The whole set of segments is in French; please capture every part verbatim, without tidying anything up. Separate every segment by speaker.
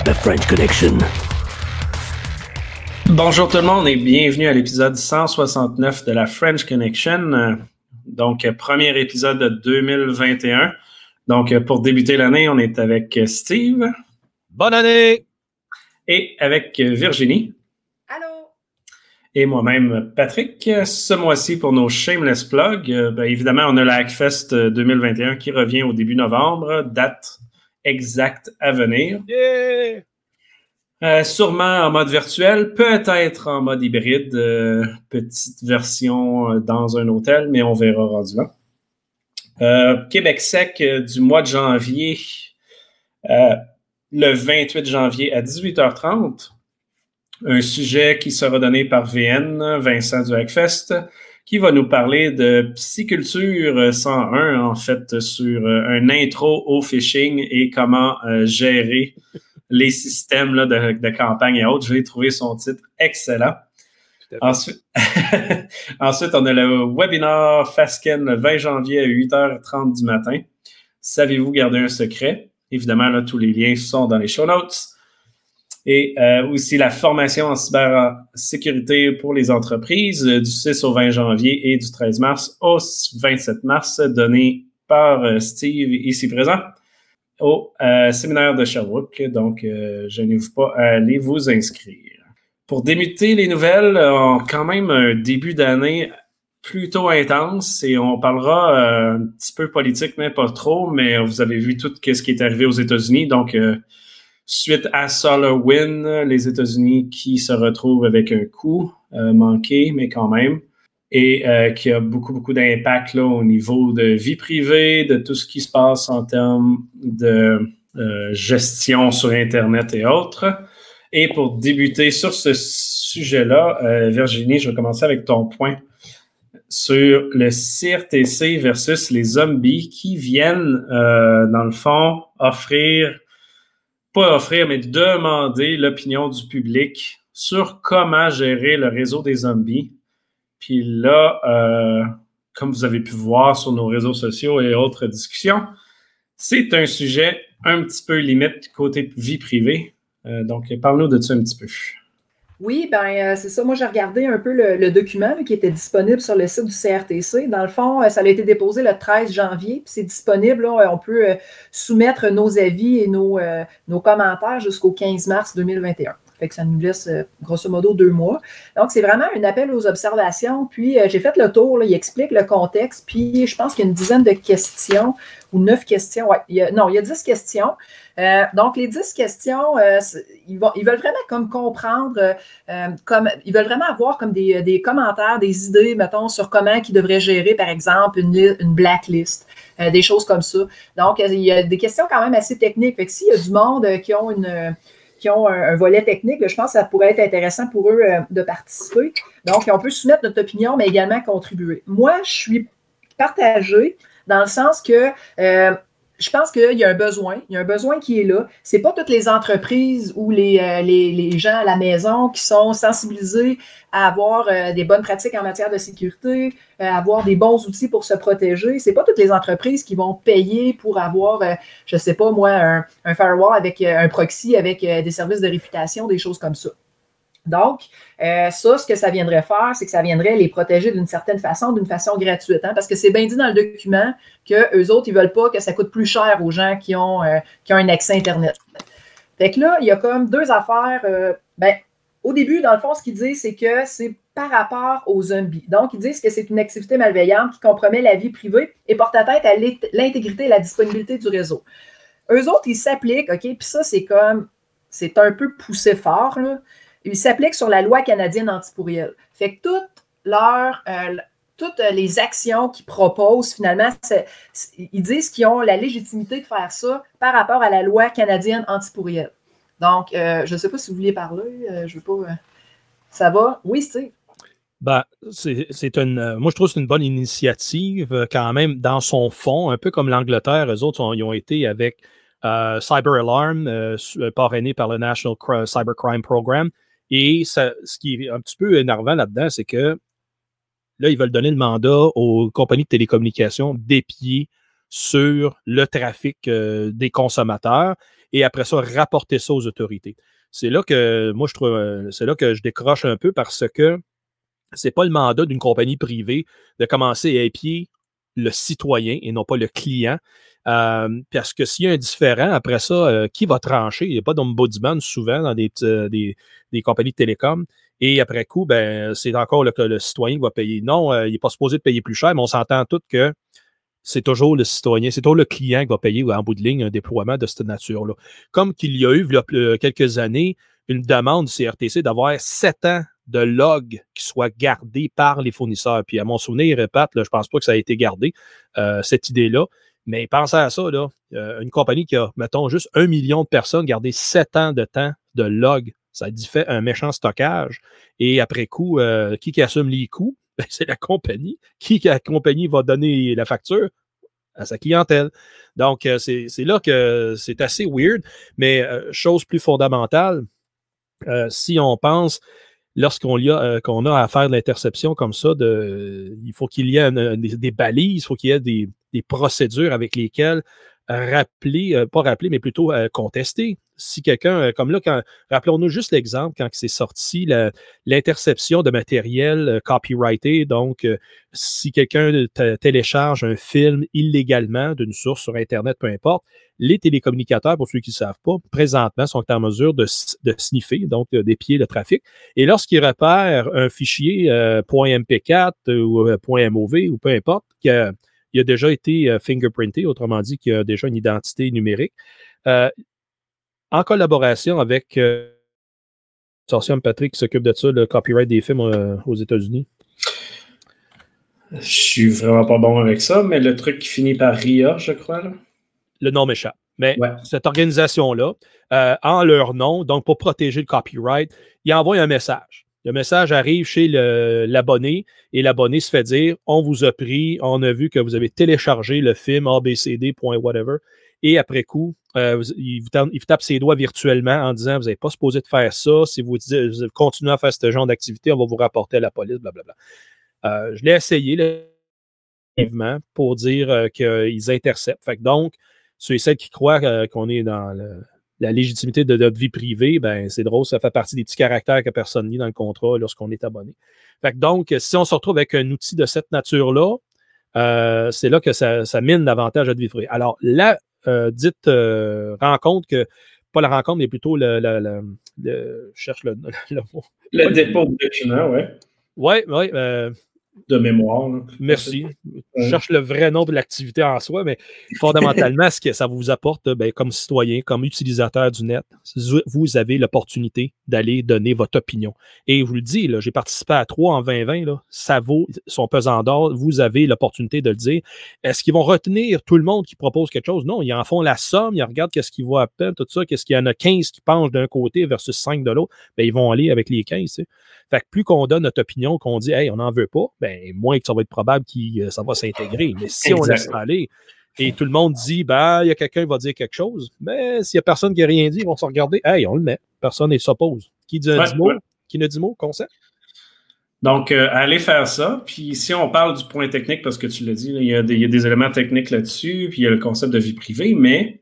Speaker 1: The French Connection.
Speaker 2: Bonjour tout le monde et bienvenue à l'épisode cent soixante-neuf de la French Connection. Donc, premier épisode de deux mille vingt et un. Donc, pour débuter l'année, on est avec Steve.
Speaker 3: Bonne année!
Speaker 2: Et avec Virginie.
Speaker 4: Allô!
Speaker 2: Et moi-même, Patrick. Ce mois-ci, pour nos shameless plugs, euh, ben, évidemment, on a la Hackfest deux mille vingt et un qui revient au début novembre. Date exacte à venir.
Speaker 3: Yeah!
Speaker 2: Euh, sûrement en mode virtuel, peut-être en mode hybride, euh, petite version euh, dans un hôtel, mais on verra rendu là. Euh, Québec sec euh, du mois de janvier, euh, le vingt-huit janvier à dix-huit heures trente. Un sujet qui sera donné par V N, Vincent du Hackfest, qui va nous parler de Psyculture cent un, en fait, sur euh, un intro au phishing et comment euh, gérer les systèmes là, de, de campagne et autres. J'ai trouvé son titre excellent. Ensuite, Ensuite, on a le webinaire Fasken le vingt janvier à huit heures trente du matin. Savez-vous garder un secret? Évidemment, là, tous les liens sont dans les show notes. Et euh, aussi la formation en cybersécurité pour les entreprises euh, du six au vingt janvier et du treize mars au vingt-sept mars, donnée par euh, Steve ici présent au euh, séminaire de Sherbrooke. Donc, euh, je n'hésite pas à aller vous inscrire. Pour débuter les nouvelles, on a quand même un début d'année plutôt intense et on parlera euh, un petit peu politique, mais pas trop, mais vous avez vu tout ce qui est arrivé aux États-Unis. Donc, euh, suite à SolarWinds, les États-Unis qui se retrouvent avec un coup euh, manqué, mais quand même, et euh, qui a beaucoup, beaucoup d'impact là, au niveau de vie privée, de tout ce qui se passe en termes de euh, gestion sur Internet et autres. Et pour débuter sur ce sujet-là, euh, Virginie, je vais commencer avec ton point sur le C R T C versus les zombies qui viennent, euh, dans le fond, offrir, pas offrir, mais demander l'opinion du public sur comment gérer le réseau des zombies. Puis là, euh, comme vous avez pu voir sur nos réseaux sociaux et autres discussions, c'est un sujet un petit peu limite côté vie privée. Euh, donc, parle-nous de ça un petit peu.
Speaker 4: Oui, ben euh, c'est ça. Moi, j'ai regardé un peu le, le document là, qui était disponible sur le site du C R T C. Dans le fond, euh, ça a été déposé le treize janvier, puis c'est disponible. Là, on peut euh, soumettre nos avis et nos, euh, nos commentaires jusqu'au quinze mars deux mille vingt et un. Fait que ça nous laisse euh, grosso modo deux mois. Donc, c'est vraiment un appel aux observations. Puis, euh, j'ai fait le tour, là, il explique le contexte. Puis, je pense qu'il y a une dizaine de questions ou neuf questions. Ouais, il y a, non, il y a dix questions. Euh, donc, les dix questions, euh, ils, vont, ils veulent vraiment comme comprendre, euh, comme, ils veulent vraiment avoir comme des, des commentaires, des idées, mettons, sur comment ils devraient gérer, par exemple, une, une blacklist, euh, des choses comme ça. Donc, il y a des questions quand même assez techniques. Fait que s'il y a du monde qui ont une... qui ont un, un volet technique, je pense que ça pourrait être intéressant pour eux euh, de participer. Donc, on peut soumettre notre opinion, mais également contribuer. Moi, je suis partagée dans le sens que euh, je pense qu'il y a un besoin, il y a un besoin qui est là. Ce n'est pas toutes les entreprises ou les, euh, les, les gens à la maison qui sont sensibilisés à avoir euh, des bonnes pratiques en matière de sécurité, euh, avoir des bons outils pour se protéger. Ce n'est pas toutes les entreprises qui vont payer pour avoir, euh, je ne sais pas moi, un, un firewall avec euh, un proxy, avec euh, des services de réputation, des choses comme ça. Donc, euh, ça, ce que ça viendrait faire, c'est que ça viendrait les protéger d'une certaine façon, d'une façon gratuite. Hein, parce que c'est bien dit dans le document qu'eux autres, ils ne veulent pas que ça coûte plus cher aux gens qui ont, euh, qui ont un accès Internet. Fait que là, il y a comme deux affaires. Euh, ben, au début, dans le fond, ce qu'ils disent, c'est que c'est par rapport aux zombies. Donc, ils disent que c'est une activité malveillante qui compromet la vie privée et porte atteinte à l'intégrité et la disponibilité du réseau. Eux autres, ils s'appliquent, OK? Puis ça, c'est comme, c'est un peu poussé fort, là. Ils s'appliquent sur la loi canadienne anti-pourriel. Fait que toutes leurs, euh, toutes les actions qu'ils proposent, finalement, c'est, c'est, ils disent qu'ils ont la légitimité de faire ça par rapport à la loi canadienne anti-pourriel. Donc, euh, je ne sais pas si vous vouliez parler. Euh, je veux pas. Euh, ça va? Oui, Steve?
Speaker 3: Ben, c'est, c'est une, euh, moi, je trouve que c'est une bonne initiative, euh, quand même, dans son fond, un peu comme l'Angleterre. Eux autres, ont, ils ont été avec euh, Cyber Alarm, euh, parrainé par le National Cybercrime Program. Et ça, ce qui est un petit peu énervant là-dedans, c'est que là, ils veulent donner le mandat aux compagnies de télécommunications d'épier sur le trafic euh, des consommateurs. et après ça, rapporter ça aux autorités. C'est là que, moi, je trouve, c'est là que je décroche un peu parce que c'est pas le mandat d'une compagnie privée de commencer à épier le citoyen et non pas le client. Euh, parce que s'il y a un différend, après ça, euh, qui va trancher? Il n'y a pas d'ombudsman souvent dans des, euh, des, des compagnies de télécom. Et après coup, ben, c'est encore le, le citoyen qui va payer. Non, euh, il n'est pas supposé de payer plus cher, mais on s'entend tous que c'est toujours le citoyen, c'est toujours le client qui va payer en bout de ligne un déploiement de cette nature-là. Comme qu'il y a eu, il y a quelques années, une demande du C R T C d'avoir sept ans de logs qui soient gardés par les fournisseurs. Puis à mon souvenir, Pat, là, je ne pense pas que ça a été gardé, euh, cette idée-là. Mais pensez à ça, là, euh, une compagnie qui a, mettons, juste un million de personnes garder sept ans de temps de logs, ça fait un méchant stockage. Et après coup, euh, qui, qui assume les coûts? Ben, c'est la compagnie. Qui, la compagnie va donner la facture? À sa clientèle. Donc, euh, c'est, c'est là que c'est assez weird. Mais euh, chose plus fondamentale, euh, si on pense, lorsqu'on y a, euh, qu'on a à faire de l'interception comme ça, de, euh, il faut qu'il y ait une, des, des balises, il faut qu'il y ait des, des procédures avec lesquelles rappeler, euh, pas rappeler, mais plutôt euh, contester. Si quelqu'un, euh, comme là, quand, rappelons-nous juste l'exemple quand c'est sorti la, l'interception de matériel euh, copyrighté. Donc, euh, si quelqu'un t- télécharge un film illégalement d'une source sur Internet, peu importe, les télécommunicateurs, pour ceux qui ne savent pas, présentement sont en mesure de, de sniffer, donc euh, d'épier le trafic. Et lorsqu'ils repèrent un fichier euh, .M P quatre ou euh, .mov ou peu importe, qui a, il a déjà été euh, fingerprinté, autrement dit, qu'il y a déjà une identité numérique. Euh, en collaboration avec euh, le consortium Patrick qui s'occupe de ça, le copyright des films euh, aux États-Unis.
Speaker 2: Je suis vraiment pas bon avec ça, mais le truc qui finit par R I A, je crois. Là.
Speaker 3: Le nom m'échappe. Mais
Speaker 2: ouais.
Speaker 3: cette organisation-là, euh, en leur nom, donc pour protéger le copyright, il envoie un message. Le message arrive chez le, l'abonné et l'abonné se fait dire « On vous a pris, on a vu que vous avez téléchargé le film A B C D, whatever. » Et après coup, euh, il, vous tape, il vous tape ses doigts virtuellement en disant « Vous n'êtes pas supposé de faire ça. Si vous, vous continuez à faire ce genre d'activité, on va vous rapporter à la police, blablabla. » euh, Je l'ai essayé là, pour dire euh, qu'ils interceptent. Fait que donc, ceux et celles qui croient euh, qu'on est dans le, la légitimité de notre vie privée, ben c'est drôle, ça fait partie des petits caractères que personne lit dans le contrat lorsqu'on est abonné. Fait que donc, si on se retrouve avec un outil de cette nature-là, euh, c'est là que ça, ça mine davantage notre vie privée. Alors, la euh, dite euh, rencontre, que pas la rencontre, mais plutôt le, le, le, le je cherche le, le mot.
Speaker 2: Le dépôt de document, oui.
Speaker 3: Oui, oui. Euh,
Speaker 2: de mémoire. Là.
Speaker 3: Merci. Je cherche le vrai nom de l'activité en soi, mais fondamentalement, ce que ça vous apporte, ben, comme citoyen, comme utilisateur du net, vous avez l'opportunité d'aller donner votre opinion. Et je vous le dis, là, j'ai participé à trois en vingt vingt, là, ça vaut son pesant d'or. Vous avez l'opportunité de le dire. Est-ce qu'ils vont retenir tout le monde qui propose quelque chose? Non, ils en font la somme, ils regardent qu'est-ce qui vaut à peine, tout ça, qu'est-ce qu'il y en a quinze qui penchent d'un côté versus cinq de l'autre, ben, ils vont aller avec les quinze. Tu sais. Fait que plus qu'on donne notre opinion, qu'on dit « Hey, on n'en veut pas », ben moins que ça va être probable que ça va s'intégrer. Mais si exact. On laisse aller et tout le monde dit ben, il y a quelqu'un qui va dire quelque chose, mais s'il n'y a personne qui n'a rien dit, ils vont se regarder. Hey, on le met. Personne ne s'oppose. Qui dit, ouais, dit mot? Ouais. Qui ne dit mot? Consent?
Speaker 2: Donc, euh, allez faire ça. Puis si on parle du point technique, parce que tu l'as dit, là, il, y a des, il y a des éléments techniques là-dessus, puis il y a le concept de vie privée, mais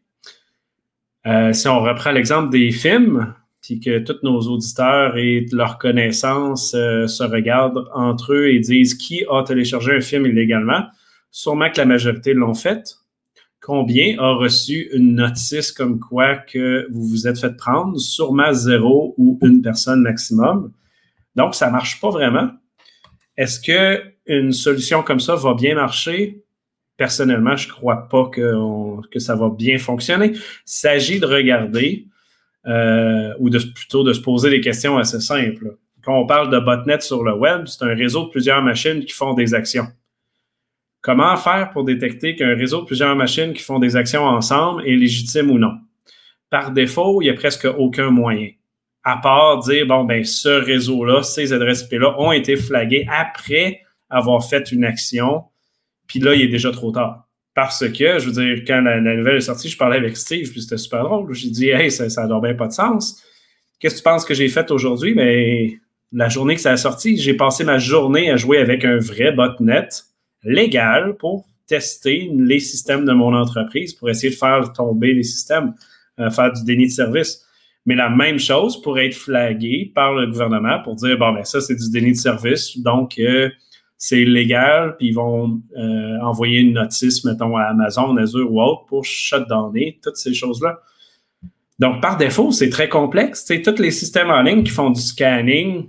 Speaker 2: euh, si on reprend l'exemple des films, puis que tous nos auditeurs et leurs connaissances euh, se regardent entre eux et disent qui a téléchargé un film illégalement, sûrement que la majorité l'ont fait. Combien a reçu une notice comme quoi que vous vous êtes fait prendre? Sûrement zéro ou une personne maximum. Donc, ça ne marche pas vraiment. Est-ce qu'une solution comme ça va bien marcher? Personnellement, je ne crois pas que, on, que ça va bien fonctionner. Il s'agit de regarder Euh, ou de, plutôt de se poser des questions assez simples. Quand on parle de botnet sur le web, c'est un réseau de plusieurs machines qui font des actions. Comment faire pour détecter qu'un réseau de plusieurs machines qui font des actions ensemble est légitime ou non? Par défaut, il n'y a presque aucun moyen. À part dire, bon, ben, ce réseau-là, ces adresses I P-là ont été flaguées après avoir fait une action, puis là, il est déjà trop tard. Parce que, je veux dire, quand la, la nouvelle est sortie, je parlais avec Steve, puis c'était super drôle. J'ai dit, hey, ça n'a donc bien pas de sens. Qu'est-ce que tu penses que j'ai fait aujourd'hui? Ben, la journée que ça a sorti, j'ai passé ma journée à jouer avec un vrai botnet légal pour tester les systèmes de mon entreprise, pour essayer de faire tomber les systèmes. euh, faire du déni de service. Mais la même chose pourrait être flaguée par le gouvernement pour dire, bon, ben ça, c'est du déni de service, donc euh, c'est illégal, puis ils vont euh, envoyer une notice, mettons, à Amazon, Azure ou autre pour shutdowner toutes ces choses-là. Donc, par défaut, c'est très complexe. Tu sais, tous les systèmes en ligne qui font du scanning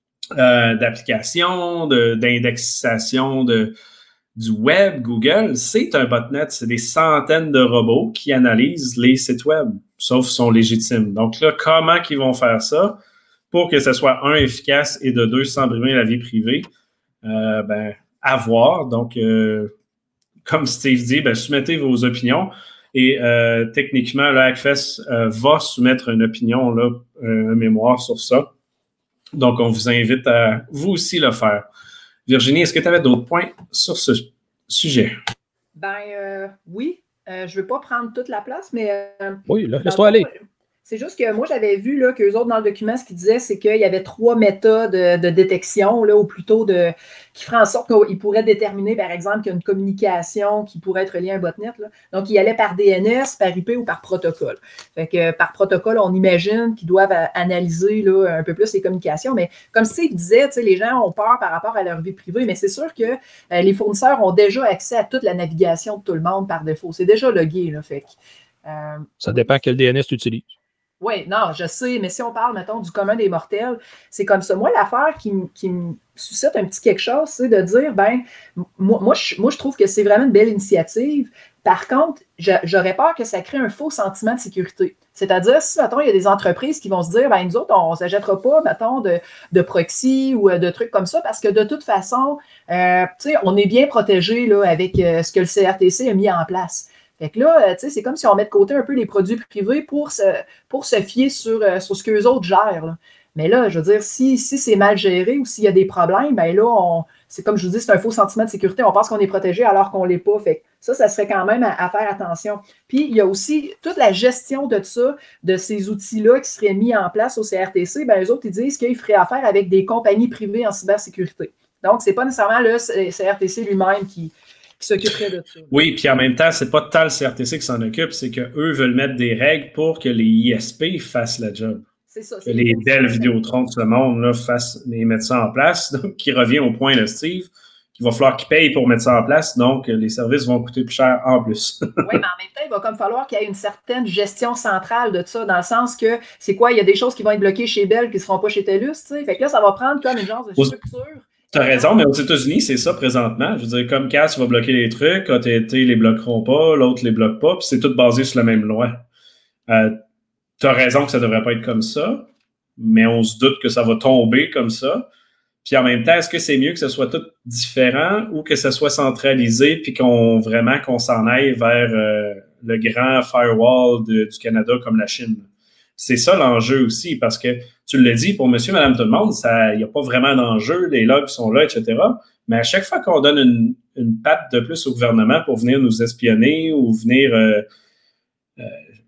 Speaker 2: euh, d'applications, de, d'indexation de, du web, Google, c'est un botnet. C'est des centaines de robots qui analysent les sites web, sauf sont légitimes. Donc là, comment qu'ils vont faire ça pour que ce soit, un, efficace et de deux, sans brimer la vie privée? Euh, ben, à voir. Donc, euh, comme Steve dit, ben, soumettez vos opinions. Et euh, techniquement, le Hackfest euh, va soumettre une opinion, là, un mémoire sur ça. Donc, on vous invite à vous aussi le faire. Virginie, est-ce que tu avais d'autres points sur ce sujet?
Speaker 4: Ben euh, oui. Euh, je ne veux pas prendre toute la place, mais... Euh,
Speaker 3: oui, là, laisse-toi aller.
Speaker 4: C'est juste que moi, j'avais vu là, qu'eux autres, dans le document, ce qu'ils disaient, c'est qu'il y avait trois méthodes de, de détection, là, ou plutôt de, qui feraient en sorte qu'ils pourraient déterminer, par exemple, qu'il y a une communication qui pourrait être liée à un botnet. Là. Donc, ils allaient par D N S, par I P ou par protocole. Fait que par protocole, on imagine qu'ils doivent analyser là, un peu plus les communications. Mais comme Steve disait, les gens ont peur par rapport à leur vie privée, mais c'est sûr que euh, les fournisseurs ont déjà accès à toute la navigation de tout le monde par défaut. C'est déjà logué. Là, fait que,
Speaker 3: euh, Ça dépend quel D N S tu utilises.
Speaker 4: Oui, non, je sais, mais si on parle, mettons, du commun des mortels, c'est comme ça. Moi, l'affaire qui, qui me suscite un petit quelque chose, c'est de dire, ben, moi, moi, je, moi, je trouve que c'est vraiment une belle initiative. Par contre, je, j'aurais peur que ça crée un faux sentiment de sécurité. C'est-à-dire, si, mettons, il y a des entreprises qui vont se dire, ben, nous autres, on ne s'achètera pas, mettons, de, de proxy ou de trucs comme ça, parce que de toute façon, euh, tu sais, on est bien protégé là, avec euh, ce que le C R T C a mis en place. Fait que là, tu sais, c'est comme si on met de côté un peu les produits privés pour se, pour se fier sur, euh, sur ce qu'eux autres gèrent. Là. Mais là, je veux dire, si, si c'est mal géré ou s'il y a des problèmes, bien là, on, c'est comme je vous dis, c'est un faux sentiment de sécurité. On pense qu'on est protégé alors qu'on ne l'est pas. Fait que ça, ça serait quand même à, à faire attention. Puis, il y a aussi toute la gestion de ça, de ces outils-là qui seraient mis en place au C R T C. Bien, eux autres, ils disent qu'ils feraient affaire avec des compagnies privées en cybersécurité. Donc, ce n'est pas nécessairement le C R T C lui-même qui... qui s'occuperait de ça.
Speaker 2: Oui, puis en même temps, c'est pas tant le C R T C qui s'en occupe, c'est qu'eux veulent mettre des règles pour que les I S P fassent la job.
Speaker 4: C'est ça.
Speaker 2: Que
Speaker 4: C'est
Speaker 2: les Dell Vidéotron de ce monde là, fassent, et mettent ça en place. Donc, qui revient au point de Steve, qu'il va falloir qu'ils payent pour mettre ça en place. Donc, les services vont coûter plus cher en plus.
Speaker 4: Oui, mais en même temps, il va comme falloir qu'il y ait une certaine gestion centrale de ça, dans le sens que, c'est quoi, il y a des choses qui vont être bloquées chez Bell qui ne seront pas chez TELUS, tu sais. Fait que là, ça va prendre comme une genre de structure.
Speaker 2: Tu as raison, mais aux États-Unis, c'est ça présentement. Je veux dire, comme Cass va bloquer les trucs, A T and T les bloqueront pas, l'autre les bloque pas, puis c'est tout basé sur la même loi. Euh, tu as raison que ça devrait pas être comme ça, mais on se doute que ça va tomber comme ça. Puis en même temps, est-ce que c'est mieux que ce soit tout différent ou que ce soit centralisé puis qu'on vraiment qu'on s'en aille vers euh, le grand firewall de, du Canada comme la Chine? C'est ça l'enjeu aussi, parce que tu l'as dit, pour monsieur, madame, tout le monde, il n'y a pas vraiment d'enjeu, les logs sont là, et cetera. Mais à chaque fois qu'on donne une, une patte de plus au gouvernement pour venir nous espionner ou venir euh, euh,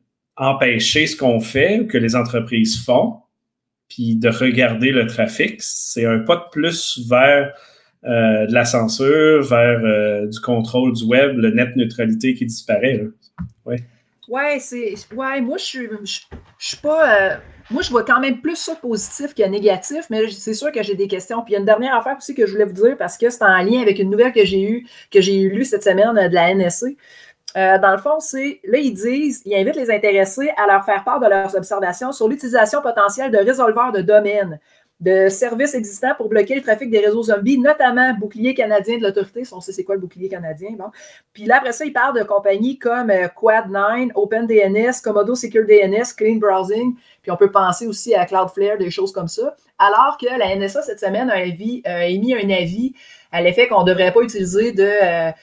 Speaker 2: empêcher ce qu'on fait ou que les entreprises font, puis de regarder le trafic, c'est un pas de plus vers euh, de la censure, vers euh, du contrôle du web, le net neutralité qui disparaît. Oui.
Speaker 4: Ouais, c'est. Ouais, moi, je suis. Je, je suis pas. Euh, moi, je vois quand même plus ça positif que négatif, mais c'est sûr que j'ai des questions. Puis il y a une dernière affaire aussi que je voulais vous dire parce que c'est en lien avec une nouvelle que j'ai eue, que j'ai lue cette semaine de la N S C. Euh, dans le fond, c'est. Là, ils disent, ils invitent les intéressés à leur faire part de leurs observations sur l'utilisation potentielle de résolveurs de domaine, de services existants pour bloquer le trafic des réseaux zombies, notamment Bouclier canadien de l'autorité. On sait c'est quoi le bouclier canadien. Bon. Puis là, après ça, ils parlent de compagnies comme euh, Quad neuf, OpenDNS, Comodo Secure D N S, Clean Browsing. Puis on peut penser aussi à Cloudflare, des choses comme ça. Alors que la N S A, cette semaine, a, avis, euh, émis un avis à l'effet qu'on ne devrait pas utiliser de... Euh,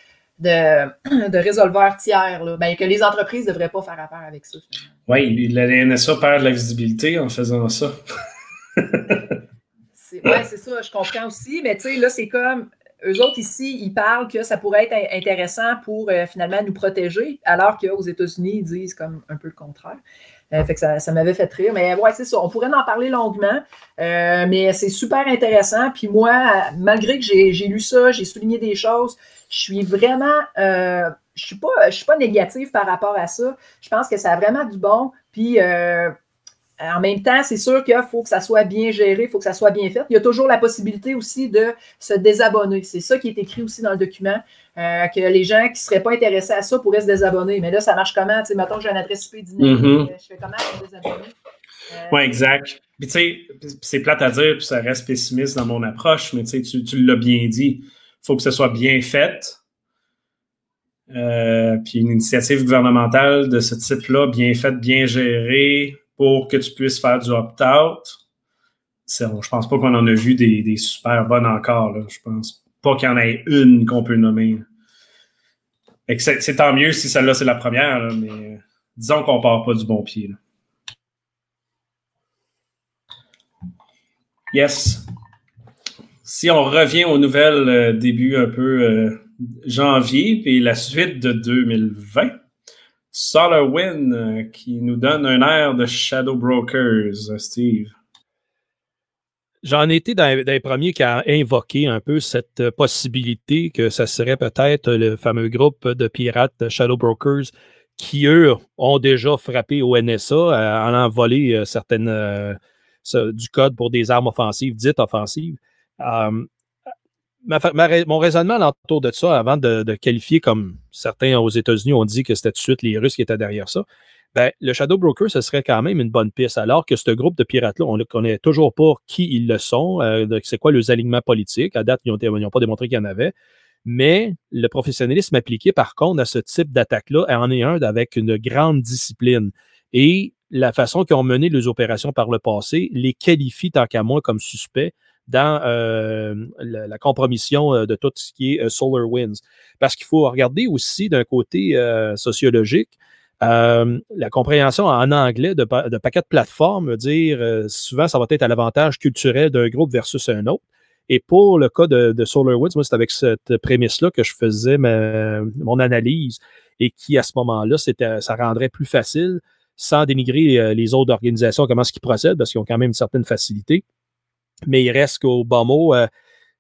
Speaker 4: De, de résolveurs tiers, là. Ben, que les entreprises ne devraient pas faire affaire avec ça. Finalement.
Speaker 2: Oui, la N S A perd de la visibilité en faisant ça.
Speaker 4: Oui, c'est ça, je comprends aussi, mais tu sais, là, c'est comme, eux autres ici, ils parlent que ça pourrait être intéressant pour euh, finalement nous protéger, alors qu'aux États-Unis, ils disent comme un peu le contraire. Euh, fait que ça, ça m'avait fait rire. Mais ouais, c'est ça. On pourrait en parler longuement, euh, mais c'est super intéressant. Puis moi, malgré que j'ai, j'ai lu ça, j'ai souligné des choses, je suis vraiment, euh, je suis pas, je suis pas négative par rapport à ça. Je pense que ça a vraiment du bon. Puis, euh, en même temps, c'est sûr qu'il faut que ça soit bien géré, il faut que ça soit bien fait. Il y a toujours la possibilité aussi de se désabonner. C'est ça qui est écrit aussi dans le document, euh, que les gens qui ne seraient pas intéressés à ça pourraient se désabonner. Mais là, ça marche comment? Tu sais, mettons que j'ai une adresse I P dynamique, mm-hmm. Je fais comment pour me désabonner?
Speaker 2: Euh, oui, exact. Puis tu sais, c'est plate à dire, puis ça reste pessimiste dans mon approche, mais tu, tu l'as bien dit. Il faut que ce soit bien fait. Euh, puis une initiative gouvernementale de ce type-là, bien faite, bien gérée, pour que tu puisses faire du opt-out. Je pense pas qu'on en a vu des, des super bonnes encore. Là. Je pense pas qu'il y en ait une qu'on peut nommer. C'est, c'est tant mieux si celle-là, c'est la première, là, mais disons qu'on part pas du bon pied. Là. Yes. Si on revient aux nouvelles euh, début un peu euh, janvier, puis la suite de deux mille vingt, SolarWinds euh, qui nous donne un air de Shadow Brokers, Steve.
Speaker 3: J'en étais dans, dans les premiers qui a invoqué un peu cette possibilité que ça serait peut-être le fameux groupe de pirates Shadow Brokers qui, eux, ont déjà frappé au N S A en allant voler certaines, euh, du code pour des armes offensives, dites offensives. Euh, ma, ma, mon raisonnement autour de ça, avant de, de qualifier comme certains aux États-Unis ont dit que c'était tout de suite les Russes qui étaient derrière ça, ben, le Shadow Broker, ce serait quand même une bonne piste, alors que ce groupe de pirates-là, on ne connaît toujours pas qui ils le sont, euh, c'est quoi leurs alignements politiques. À date, ils n'ont pas démontré qu'il y en avait. Mais le professionnalisme appliqué, par contre, à ce type d'attaque-là, en est un avec une grande discipline. Et la façon qu'ils ont mené les opérations par le passé les qualifie, tant qu'à moi, comme suspects dans euh, la, la compromission de tout ce qui est euh, SolarWinds. Parce qu'il faut regarder aussi d'un côté euh, sociologique, Euh, la compréhension en anglais de, de paquets de plateformes veut dire euh, souvent ça va être à l'avantage culturel d'un groupe versus un autre. Et pour le cas de, de SolarWinds, moi, c'est avec cette prémisse-là que je faisais ma, mon analyse et qui, à ce moment-là, c'était, ça rendrait plus facile, sans dénigrer euh, les autres organisations, comment est-ce qu'ils procèdent, parce qu'ils ont quand même une certaine facilité. Mais il reste qu'au bon mot, euh,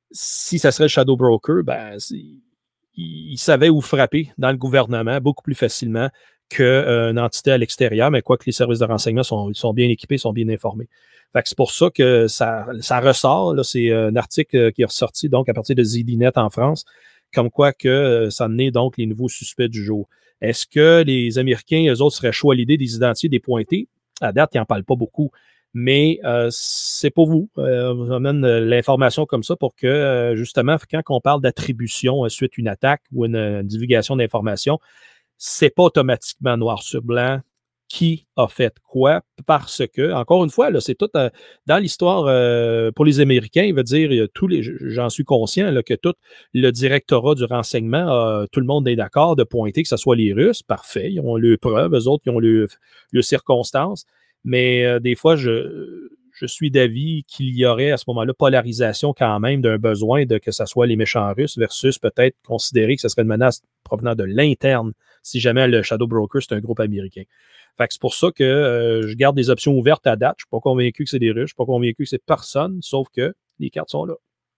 Speaker 3: si ça serait le Shadow Broker, ben, il, il savait où frapper dans le gouvernement beaucoup plus facilement qu'une euh, entité à l'extérieur, mais quoi que les services de renseignement sont, sont bien équipés, sont bien informés. Fait que c'est pour ça que ça, ça ressort. Là, c'est un article qui est ressorti donc à partir de Z D Net en France, comme quoi que euh, ça en est donc les nouveaux suspects du jour. Est-ce que les Américains, eux autres, seraient chauds à l'idée des identifier, des pointer? À date, ils n'en parlent pas beaucoup. Mais euh, c'est pour vous. Euh, on vous amène l'information comme ça pour que, euh, justement, quand on parle d'attribution euh, suite à une attaque ou une, une divulgation d'informations, c'est pas automatiquement noir sur blanc qui a fait quoi, parce que, encore une fois, là, c'est tout euh, dans l'histoire euh, pour les Américains, il veut dire, il y a tous les, j'en suis conscient, là, que tout le directorat du renseignement, euh, tout le monde est d'accord de pointer que ce soit les Russes, parfait, ils ont leurs preuves, eux autres, ils ont leurs le circonstances, mais euh, des fois, je, je suis d'avis qu'il y aurait à ce moment-là polarisation quand même d'un besoin de que ce soit les méchants Russes versus peut-être considérer que ce serait une menace provenant de l'interne si jamais le Shadow Broker, c'est un groupe américain. Fait que c'est pour ça que euh, je garde des options ouvertes à date. Je ne suis pas convaincu que c'est des Russes, je ne suis pas convaincu que c'est personne, sauf que les cartes sont là.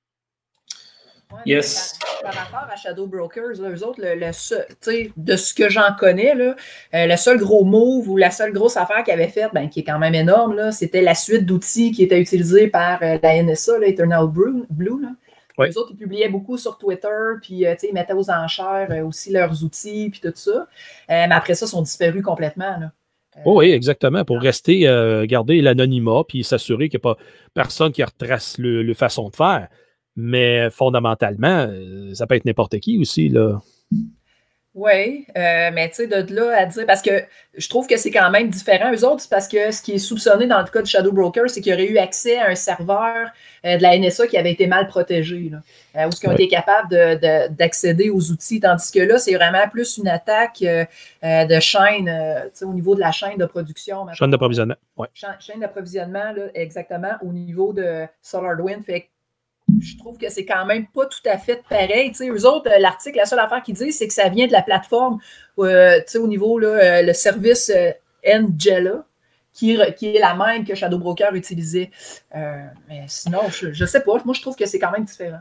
Speaker 4: Ouais, yes. Par, par rapport à Shadow Brokers, là, eux autres, le, le seul, de ce que j'en connais, là, euh, le seul gros move ou la seule grosse affaire qu'ils avaient faite, ben, qui est quand même énorme, là, c'était la suite d'outils qui était utilisée par euh, la N S A, là, Eternal Blue. Blue là. Oui. Les autres, ils publiaient beaucoup sur Twitter, puis euh, ils mettaient aux enchères euh, aussi leurs outils, puis tout ça. Euh, mais après ça, ils sont disparus complètement. Là.
Speaker 3: Euh, oh oui, exactement, pour rester, euh, garder l'anonymat, puis s'assurer qu'il n'y a pas personne qui retrace le, le façon de faire. Mais fondamentalement, ça peut être n'importe qui aussi, là.
Speaker 4: Oui, euh, mais tu sais, de là à dire, parce que je trouve que c'est quand même différent. Eux autres, c'est parce que ce qui est soupçonné dans le cas du Shadow Broker, c'est qu'il y aurait eu accès à un serveur euh, de la N S A qui avait été mal protégé, là, euh, ou ce qui ont oui. été capables de, de, d'accéder aux outils. Tandis que là, c'est vraiment plus une attaque euh, de chaîne, euh, tu sais, au niveau de la chaîne de production.
Speaker 3: Maintenant. Chaîne d'approvisionnement, oui.
Speaker 4: Cha- chaîne d'approvisionnement, là, exactement, au niveau de SolarWinds. Fait que je trouve que c'est quand même pas tout à fait pareil. T'sais, eux autres, l'article, la seule affaire qu'ils disent, c'est que ça vient de la plateforme euh, au niveau, là, le service euh, Angela, qui, qui est la même que Shadow Broker utilisait. Euh, mais sinon, je, je sais pas. Moi, je trouve que c'est quand même différent.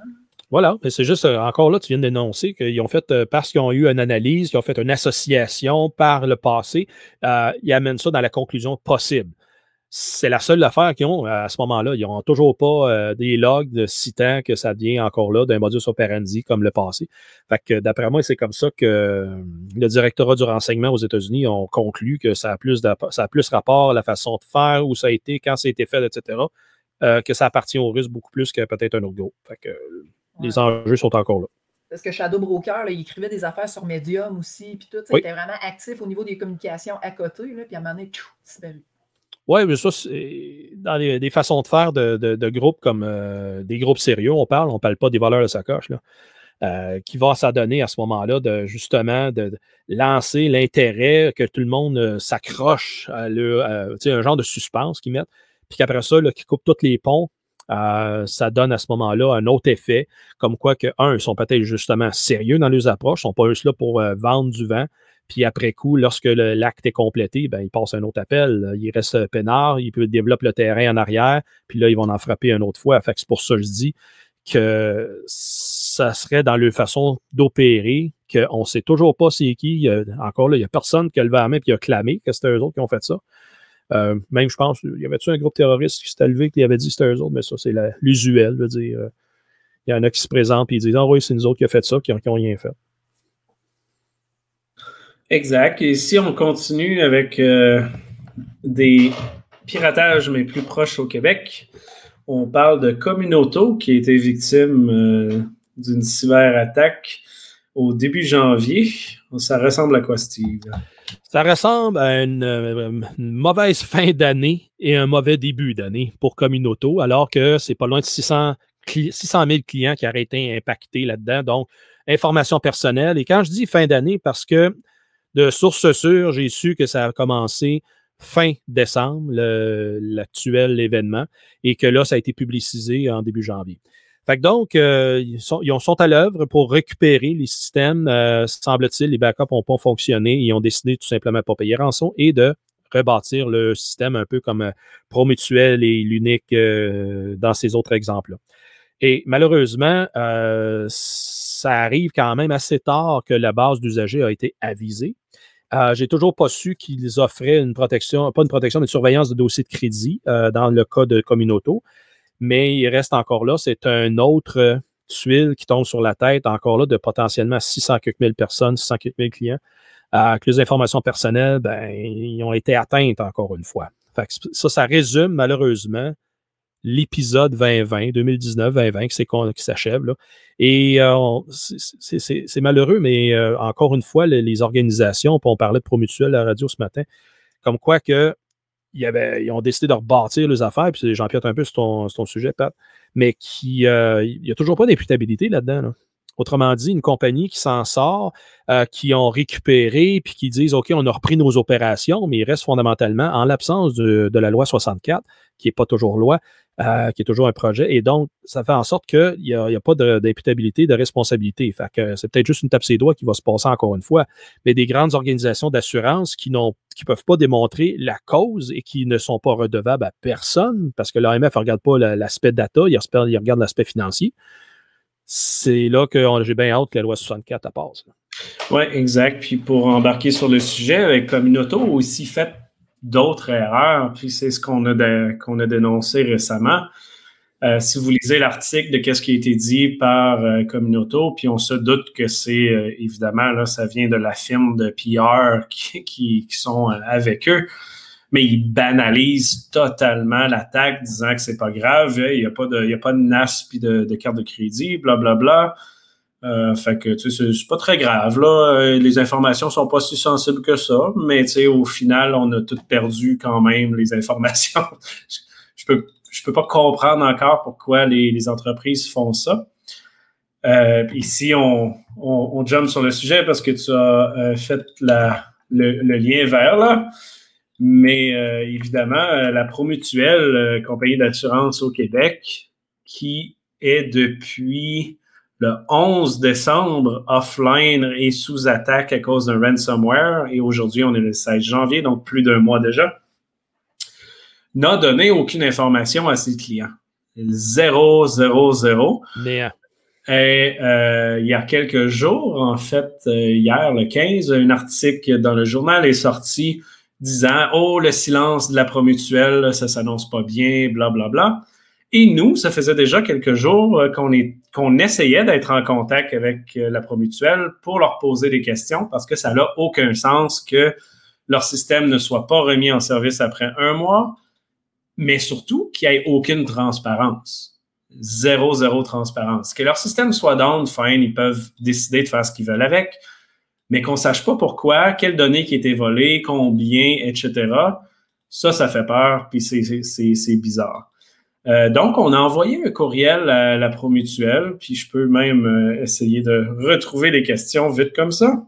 Speaker 3: Voilà, mais c'est juste, encore là, tu viens d'énoncer qu'ils ont fait, euh, parce qu'ils ont eu une analyse, qu'ils ont fait une association par le passé, euh, ils amènent ça dans la conclusion possible. C'est la seule affaire qu'ils ont à ce moment-là. Ils n'ont toujours pas euh, des logs de citant que ça vient encore là d'un modus operandi comme le passé. Fait que d'après moi, c'est comme ça que le directorat du renseignement aux États-Unis ont conclu que ça a plus, ça a plus rapport à la façon de faire, où ça a été, quand ça a été fait, et cetera, euh, que ça appartient aux Russes beaucoup plus que peut-être un autre groupe. Fait que ouais. Les enjeux sont encore là.
Speaker 4: Parce que Shadow Broker, là, il écrivait des affaires sur Medium aussi, puis tout, ça oui. était vraiment actif au niveau des communications à côté, là, puis à un moment donné, tchou, disparu.
Speaker 3: Oui, mais ça, c'est dans les, des façons de faire de, de, de groupes comme euh, des groupes sérieux, on parle, on ne parle pas des voleurs de sacoche, là, euh, qui va s'adonner à ce moment-là de justement de, de lancer l'intérêt que tout le monde euh, s'accroche à le, euh, un genre de suspense qu'ils mettent, puis qu'après ça, là, qu'ils coupent tous les ponts. Euh, ça donne à ce moment-là un autre effet, comme quoi que, un, ils sont peut-être justement sérieux dans leurs approches, ils ne sont pas juste là pour euh, vendre du vent, puis après coup, lorsque le, l'acte est complété, ben, ils passent un autre appel, il reste peinard, ils développent le terrain en arrière, puis là, ils vont en frapper une autre fois. Fait que c'est pour ça que je dis que ça serait dans leur façon d'opérer, qu'on ne sait toujours pas c'est qui. Encore là, il n'y a personne qui a levé la main et qui a clamé que c'était eux autres qui ont fait ça. Euh, même, je pense, il y avait-tu un groupe terroriste qui s'était levé qui avait dit que c'était eux autres, mais ça, c'est la, l'usuel. Je veux dire, euh, il y en a qui se présentent et ils disent ah oui, c'est nous autres qui a fait ça, qui n'ont rien fait.
Speaker 2: Exact. Et si on continue avec euh, des piratages, mais plus proches au Québec, on parle de Communauto qui a été victime euh, d'une cyberattaque au début janvier. Ça ressemble à quoi, Steve?
Speaker 3: Ça ressemble à une, une mauvaise fin d'année et un mauvais début d'année pour Communauto, alors que c'est pas loin de six cents mille clients qui auraient été impactés là-dedans. Donc, information personnelle. Et quand je dis fin d'année, parce que de sources sûres, j'ai su que ça a commencé fin décembre, le, l'actuel événement, et que là, ça a été publicisé en début janvier. Fait que donc, euh, ils, sont, ils sont à l'œuvre pour récupérer les systèmes. Euh, semble-t-il, les backups n'ont pas fonctionné. Ils ont décidé tout simplement de ne pas payer rançon et de rebâtir le système un peu comme euh, Promutuel et l'Unique euh, dans ces autres exemples-là. Et malheureusement, euh, ça arrive quand même assez tard que la base d'usagers a été avisée. Euh, j'ai toujours pas su qu'ils offraient une protection, pas une protection, mais une surveillance de dossier de crédit euh, dans le cas de Communauto. Mais il reste encore là, c'est un autre euh, tuile qui tombe sur la tête, encore là, de potentiellement six cent mille personnes, six cent mille clients, euh, que les informations personnelles, ben, ils ont été atteintes encore une fois. Fait que ça, ça résume malheureusement l'épisode vingt vingt, deux mille dix-neuf vingt vingt qui, c'est, qui s'achève. Là. Et euh, c'est, c'est, c'est malheureux, mais euh, encore une fois, les, les organisations, puis on parlait de Promutuel à la radio ce matin, comme quoi que il y avait, ils ont décidé de rebâtir les affaires, puis j'empiète un peu sur ton, sur ton sujet, Pat, mais qui, euh, il n'y a toujours pas d'imputabilité là-dedans. Là. Autrement dit, une compagnie qui s'en sort, euh, qui ont récupéré, puis qui disent, OK, on a repris nos opérations, mais il reste fondamentalement, en l'absence de, de la loi soixante-quatre, qui n'est pas toujours loi, euh, qui est toujours un projet, et donc, ça fait en sorte qu'il n'y a, a pas de, d'imputabilité, de responsabilité. Fait que c'est peut-être juste une tape ses doigts qui va se passer encore une fois, mais des grandes organisations d'assurance qui n'ont qui ne peuvent pas démontrer la cause et qui ne sont pas redevables à personne, parce que l'A M F ne regarde pas l'aspect data, il regarde l'aspect financier. C'est là que j'ai bien hâte que la loi soixante-quatre passe.
Speaker 2: Oui, exact. Puis pour embarquer sur le sujet, avec Communauto a aussi fait d'autres erreurs, puis c'est ce qu'on a, de, qu'on a dénoncé récemment. Euh, si vous lisez l'article de qu'est-ce qui a été dit par euh, Communauto, puis on se doute que c'est, euh, évidemment, là, ça vient de la firme de P R qui, qui, qui sont euh, avec eux, mais ils banalisent totalement l'attaque, disant que c'est pas grave, il n'y a pas de, il y a pas de N A S puis de, de carte de crédit, blablabla. Euh, fait que, tu sais, c'est, c'est pas très grave, là. Les informations sont pas si sensibles que ça, mais, tu sais, au final, on a tout perdu quand même, les informations. je, je peux Je peux pas comprendre encore pourquoi les, les entreprises font ça. Euh, ici, on, on, on jump sur le sujet parce que tu as euh, fait la, le, le lien vers là. Mais euh, évidemment, euh, la Promutuel, euh, compagnie d'assurance au Québec, qui est depuis le onze décembre offline et sous attaque à cause d'un ransomware. Et aujourd'hui, on est le seize janvier, donc plus d'un mois déjà, n'a donné aucune information à ses clients. Zéro, zéro, zéro.
Speaker 3: Néant.
Speaker 2: Et euh, il y a quelques jours, en fait, euh, hier, le quinze, un article dans le journal est sorti disant « Oh, le silence de la Promutuelle, ça s'annonce pas bien, blablabla. Bla, bla. » Et nous, ça faisait déjà quelques jours qu'on, est, qu'on essayait d'être en contact avec la Promutuelle pour leur poser des questions parce que ça n'a aucun sens que leur système ne soit pas remis en service après un mois, mais surtout qu'il n'y ait aucune transparence. Zéro, zéro transparence. Que leur système soit down, fine, ils peuvent décider de faire ce qu'ils veulent avec, mais qu'on ne sache pas pourquoi, quelles données qui étaient volées, combien, et cetera. Ça, ça fait peur, puis c'est, c'est, c'est bizarre. Euh, donc, on a envoyé un courriel à la Promutuelle, puis je peux même euh, essayer de retrouver les questions vite comme ça.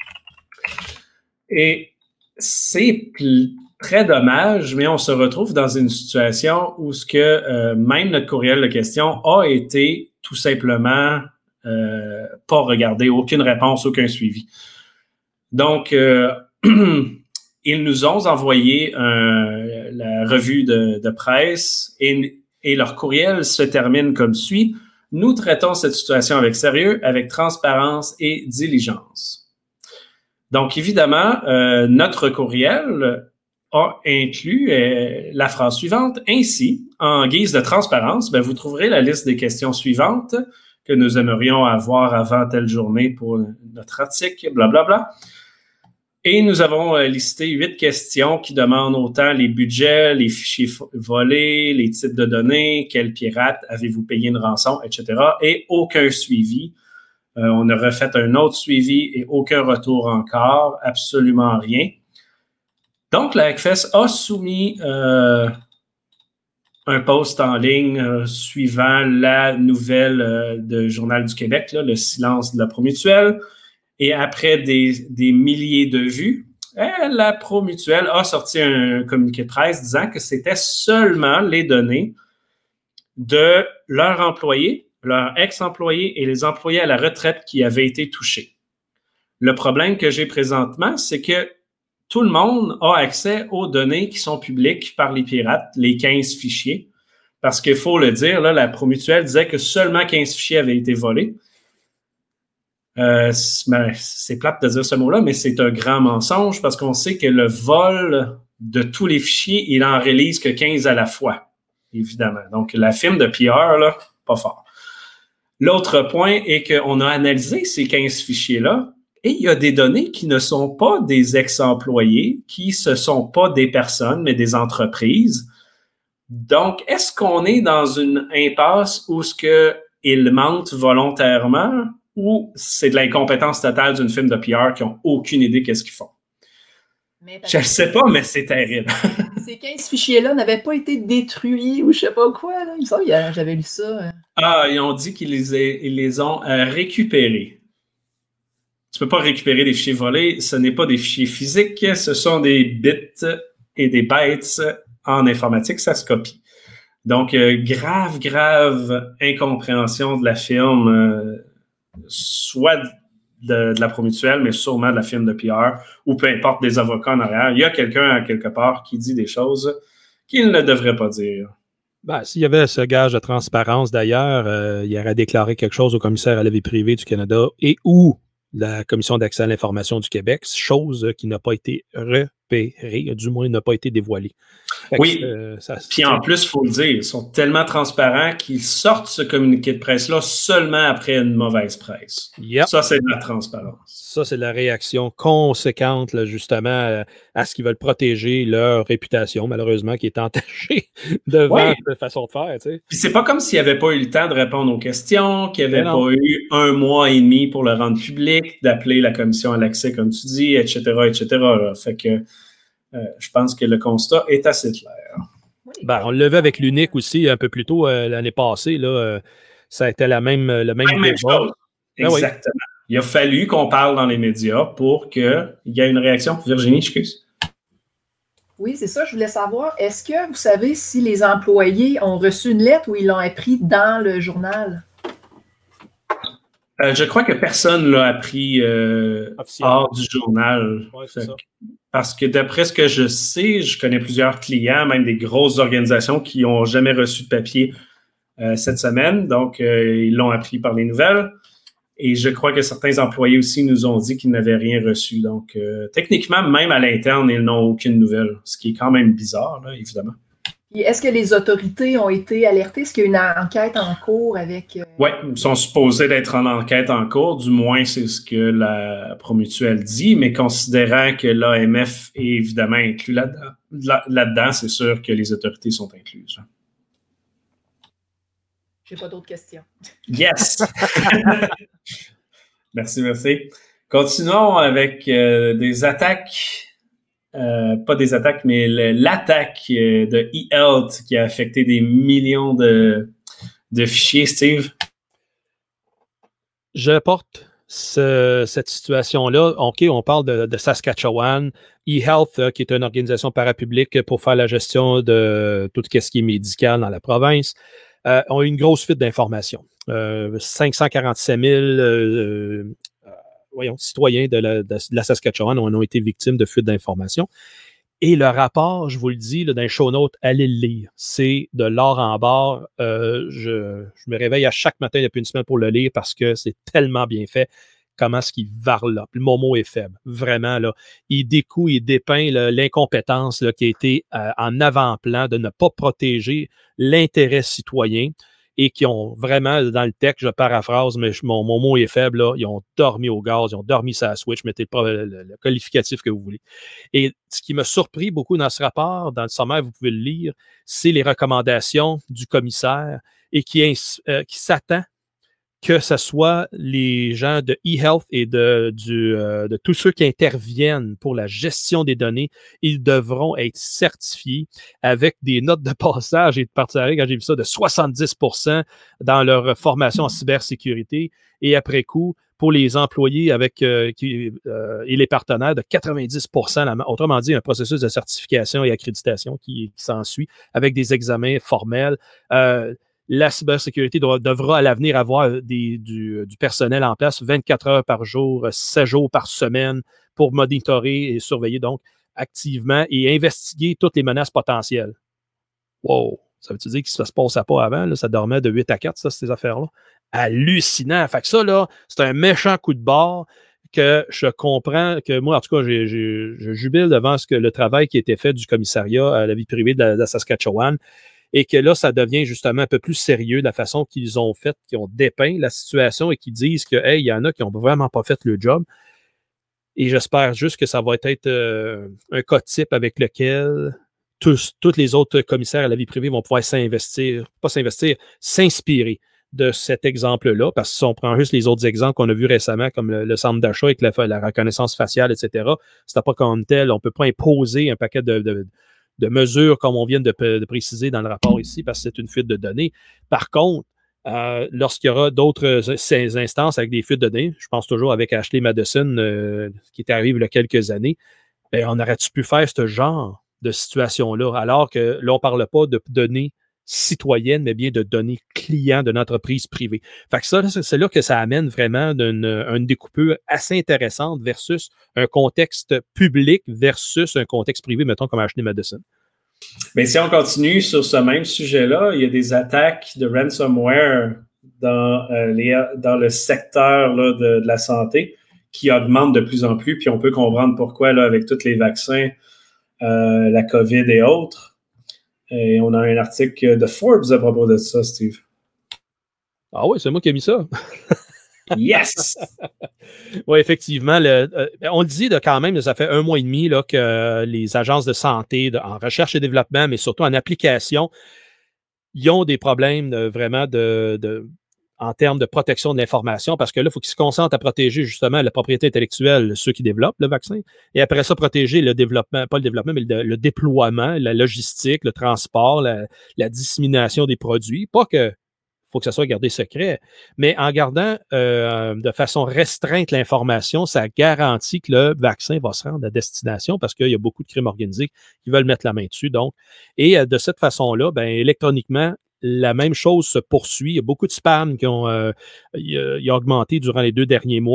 Speaker 2: Et c'est pl- très dommage, mais on se retrouve dans une situation où ce que euh, même notre courriel de questions a été tout simplement euh, pas regardé, aucune réponse, aucun suivi. Donc, euh, ils nous ont envoyé un, la revue de, de presse et Et leur courriel se termine comme suit. « Nous traitons cette situation avec sérieux, avec transparence et diligence. » Donc, évidemment, euh, notre courriel a inclus euh, la phrase suivante. « Ainsi, en guise de transparence, ben, vous trouverez la liste des questions suivantes que nous aimerions avoir avant telle journée pour notre article, blablabla. Bla, bla. » Et nous avons euh, listé huit questions qui demandent autant les budgets, les fichiers volés, les types de données, quel pirate avez-vous payé une rançon, et cetera. Et aucun suivi. Euh, on a refait un autre suivi et aucun retour encore, absolument rien. Donc, la Hackfest a soumis euh, un post en ligne euh, suivant la nouvelle euh, de Journal du Québec, là, le silence de la Promutuelle. Et après des, des milliers de vues, la Promutuelle a sorti un communiqué de presse disant que c'était seulement les données de leurs employés, leurs ex-employés et les employés à la retraite qui avaient été touchés. Le problème que j'ai présentement, c'est que tout le monde a accès aux données qui sont publiques par les pirates, les quinze fichiers. Parce qu'il faut le dire, là, la Promutuelle disait que seulement quinze fichiers avaient été volés. Euh, c'est, ben, c'est plate de dire ce mot-là, mais c'est un grand mensonge parce qu'on sait que le vol de tous les fichiers, il en réalise que quinze à la fois, évidemment. Donc, la firme de P R, là, pas fort. L'autre point est qu'on a analysé ces quinze fichiers-là et il y a des données qui ne sont pas des ex-employés, qui ne sont pas des personnes, mais des entreprises. Donc, est-ce qu'on est dans une impasse où ce qu'ils mentent volontairement ou c'est de l'incompétence totale d'une firme de P R qui n'ont aucune idée qu'est-ce qu'ils font? Je ne sais pas, mais c'est terrible.
Speaker 4: Ces quinze fichiers-là n'avaient pas été détruits ou je ne sais pas quoi. Là. Il me semble que j'avais lu ça.
Speaker 2: Ah, ils ont dit qu'ils les, a, ils les ont euh, récupérés. Tu ne peux pas récupérer des fichiers volés. Ce n'est pas des fichiers physiques. Ce sont des bits et des bytes en informatique. Ça se copie. Donc, euh, grave, grave incompréhension de la firme, euh, soit de, de la Promutuelle, mais sûrement de la firme de P R, ou peu importe, des avocats en arrière. Il y a quelqu'un à quelque part qui dit des choses qu'il ne devrait pas dire.
Speaker 3: Ben, s'il y avait ce gage de transparence, d'ailleurs, euh, il aurait déclaré quelque chose au commissaire à la vie privée du Canada et ou la Commission d'accès à l'information du Québec, chose qui n'a pas été repérée, du moins n'a pas été dévoilée. Fait
Speaker 2: oui,
Speaker 3: que, euh, ça,
Speaker 2: puis en plus, il faut le dire, ils sont tellement transparents qu'ils sortent ce communiqué de presse-là seulement après une mauvaise presse.
Speaker 3: Yep.
Speaker 2: Ça, c'est de la transparence.
Speaker 3: Ça, c'est de la réaction conséquente, là, justement, à, à ce qu'ils veulent protéger leur réputation, malheureusement, qui est entachée devant
Speaker 2: oui.
Speaker 3: cette façon de faire. Tu sais.
Speaker 2: Puis c'est pas comme s'il n'y avait pas eu le temps de répondre aux questions, qu'il n'y avait pas eu un mois et demi pour le rendre public, d'appeler la commission à l'accès, comme tu dis, et cetera, et cetera. Là. Fait que euh, je pense que le constat est assez clair.
Speaker 3: Ben, on le vu avec l'Unique aussi un peu plus tôt euh, l'année passée. Là, euh, ça a été la même, le même,
Speaker 2: même chose. Exactement. Oui. Il a fallu qu'on parle dans les médias pour qu'il y ait une réaction. Virginie, excuse.
Speaker 4: Oui, c'est ça, je voulais savoir. Est-ce que vous savez si les employés ont reçu une lettre ou ils l'ont appris dans le journal?
Speaker 2: Euh, je crois que personne ne l'a appris euh, hors du journal.
Speaker 3: Ouais, c'est ça.
Speaker 2: Parce que d'après ce que je sais, je connais plusieurs clients, même des grosses organisations qui n'ont jamais reçu de papier euh, cette semaine. Donc, euh, ils l'ont appris par les nouvelles. Et je crois que certains employés aussi nous ont dit qu'ils n'avaient rien reçu. Donc, euh, techniquement, même à l'interne, ils n'ont aucune nouvelle, ce qui est quand même bizarre, là, évidemment.
Speaker 4: Et est-ce que les autorités ont été alertées? Est-ce qu'il y a une enquête en cours avec... Euh...
Speaker 2: Oui, ils sont supposés d'être en enquête en cours. Du moins, c'est ce que la Promutuelle dit. Mais considérant que l'A M F est évidemment inclus là-dedans, là, là-dedans, c'est sûr que les autorités sont incluses.
Speaker 4: J'ai pas d'autres questions.
Speaker 2: Yes! Merci, merci. Continuons avec euh, des attaques, euh, pas des attaques, mais le, l'attaque euh, de eHealth qui a affecté des millions de, de fichiers, Steve.
Speaker 3: Je porte ce, cette situation-là. OK, on parle de, de Saskatchewan. eHealth, euh, qui est une organisation parapublique pour faire la gestion de tout ce qui est médical dans la province, euh, ont eu une grosse fuite d'informations. Euh, cinq cent quarante-sept mille euh, euh, voyons, citoyens de la, de la Saskatchewan ont, ont été victimes de fuite d'informations. Et le rapport, je vous le dis, là, dans les show notes, allez le lire. C'est de l'or en barre. Euh, je, je me réveille à chaque matin depuis une semaine pour le lire parce que c'est tellement bien fait. Comment est-ce qu'il varlope? Le mot est faible. Vraiment, là. Il découle, il dépeint là, l'incompétence là, qui a été euh, en avant-plan de ne pas protéger l'intérêt citoyen et qui ont vraiment, dans le texte, je paraphrase, mais je, mon, mon mot est faible, là, ils ont dormi au gaz, ils ont dormi sur la Switch, mettez le, le, le qualificatif que vous voulez. Et ce qui m'a surpris beaucoup dans ce rapport, dans le sommaire, vous pouvez le lire, c'est les recommandations du commissaire et qui, euh, qui s'attend que ce soit les gens de eHealth et de, du, euh, de tous ceux qui interviennent pour la gestion des données, ils devront être certifiés avec des notes de passage et de partenariat, quand j'ai vu ça, de soixante-dix pour cent dans leur formation en cybersécurité et après coup, pour les employés avec euh, qui, euh, et les partenaires de quatre-vingt-dix pour cent, autrement dit, un processus de certification et accréditation qui, qui s'ensuit avec des examens formels. Euh, La cybersécurité doit, devra à l'avenir avoir des, du, du personnel en place vingt-quatre heures par jour, sept jours par semaine pour monitorer et surveiller donc activement et investiguer toutes les menaces potentielles. Wow! Ça veut-tu dire que ça se passait pas avant? Là, ça dormait de huit à quatre, ça, ces affaires-là? Hallucinant! Fait que ça, là, c'est un méchant coup de barre que je comprends, que moi, en tout cas, j'ai, j'ai, je jubile devant ce que le travail qui a été fait du commissariat à la vie privée de la, de la Saskatchewan. Et que là, ça devient justement un peu plus sérieux de la façon qu'ils ont fait, qu'ils ont dépeint la situation et qu'ils disent que, hey, il y en a qui n'ont vraiment pas fait le job. Et j'espère juste que ça va être euh, un cas type avec lequel tous, tous les autres commissaires à la vie privée vont pouvoir s'investir, pas s'investir, s'inspirer de cet exemple-là, parce que si on prend juste les autres exemples qu'on a vus récemment, comme le, le centre d'achat avec la, la reconnaissance faciale, et cetera, c'est pas comme tel, on ne peut pas imposer un paquet de, de de mesures, comme on vient de, de préciser dans le rapport ici, parce que c'est une fuite de données. Par contre, euh, lorsqu'il y aura d'autres ces instances avec des fuites de données, je pense toujours avec Ashley Madison, euh, qui est arrivé il y a quelques années, bien, on aurait-tu pu faire ce genre de situation-là, alors que là, on ne parle pas de données citoyennes, mais bien de données clients d'une entreprise privée. Fait que ça, c'est là que ça amène vraiment une, une découpure assez intéressante versus un contexte public versus un contexte privé, mettons, comme Ashley Madison.
Speaker 2: Mais si on continue sur ce même sujet-là, il y a des attaques de ransomware dans, euh, les, dans le secteur là, de, de la santé qui augmentent de plus en plus, puis on peut comprendre pourquoi là, avec tous les vaccins, euh, la COVID et autres. Et on a un article de Forbes à propos de ça, Steve.
Speaker 3: Ah oui, c'est moi qui ai mis ça.
Speaker 2: Yes!
Speaker 3: Oui, effectivement. Le, euh, on le dit de, quand même, ça fait un mois et demi là, que euh, les agences de santé, de, en recherche et développement, mais surtout en application, ils ont des problèmes de, vraiment de, de, en termes de protection de l'information, parce que là, il faut qu'ils se concentrent à protéger justement la propriété intellectuelle, ceux qui développent le vaccin, et après ça, protéger le développement, pas le développement, mais le, le déploiement, la logistique, le transport, la, la dissémination des produits. Pas que faut que ça soit gardé secret, mais en gardant euh, de façon restreinte l'information, ça garantit que le vaccin va se rendre à destination parce qu'il y a beaucoup de crimes organisés qui veulent mettre la main dessus. Donc, et euh, de cette façon-là, ben, électroniquement, la même chose se poursuit. Il y a beaucoup de spam qui ont, euh, il a, il a augmenté durant les deux derniers mois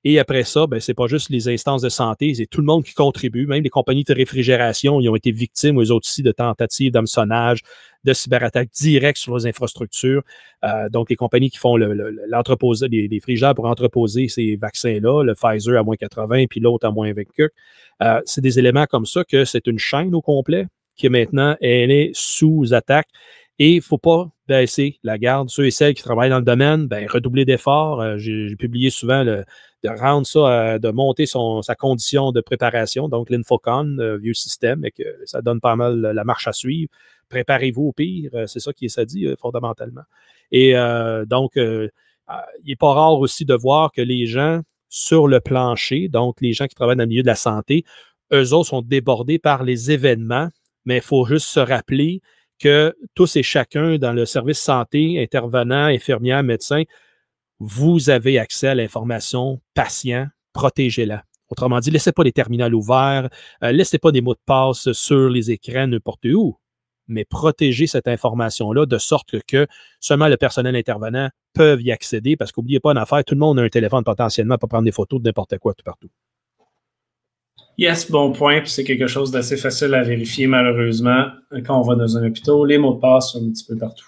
Speaker 3: Et après ça, ben, c'est pas juste les instances de santé, c'est tout le monde qui contribue. Même les compagnies de réfrigération, ils ont été victimes, eux autres aussi, de tentatives d'hameçonnage, de cyberattaques directes sur les infrastructures. Euh, donc, les compagnies qui font le, le, l'entreposé, les, les frigères pour entreposer ces vaccins-là, le Pfizer à moins quatre-vingts, puis l'autre à moins vingt. Euh, c'est des éléments comme ça que c'est une chaîne au complet qui maintenant elle est sous attaque. Et il ne faut pas baisser la garde. Ceux et celles qui travaillent dans le domaine, ben, redoubler d'efforts. Euh, j'ai, j'ai publié souvent le, de rendre ça, euh, de monter son, sa condition de préparation, donc l'Infocon, euh, vieux système, et que ça donne pas mal la marche à suivre. Préparez-vous au pire, euh, c'est ça qui est ça dit euh, fondamentalement. Et euh, donc, euh, euh, il n'est pas rare aussi de voir que les gens sur le plancher, donc les gens qui travaillent dans le milieu de la santé, eux autres sont débordés par les événements, mais il faut juste se rappeler que tous et chacun dans le service santé, intervenants, infirmières, médecins, vous avez accès à l'information patient, protégez-la. Autrement dit, laissez pas les terminals ouverts, euh, laissez pas des mots de passe sur les écrans n'importe où, mais protégez cette information-là de sorte que seulement le personnel intervenant peut y accéder, parce qu'oubliez pas une affaire, tout le monde a un téléphone potentiellement pour prendre des photos de n'importe quoi tout partout.
Speaker 2: Yes, bon point, puis c'est quelque chose d'assez facile à vérifier malheureusement quand on va dans un hôpital. Les mots de passe sont un petit peu partout.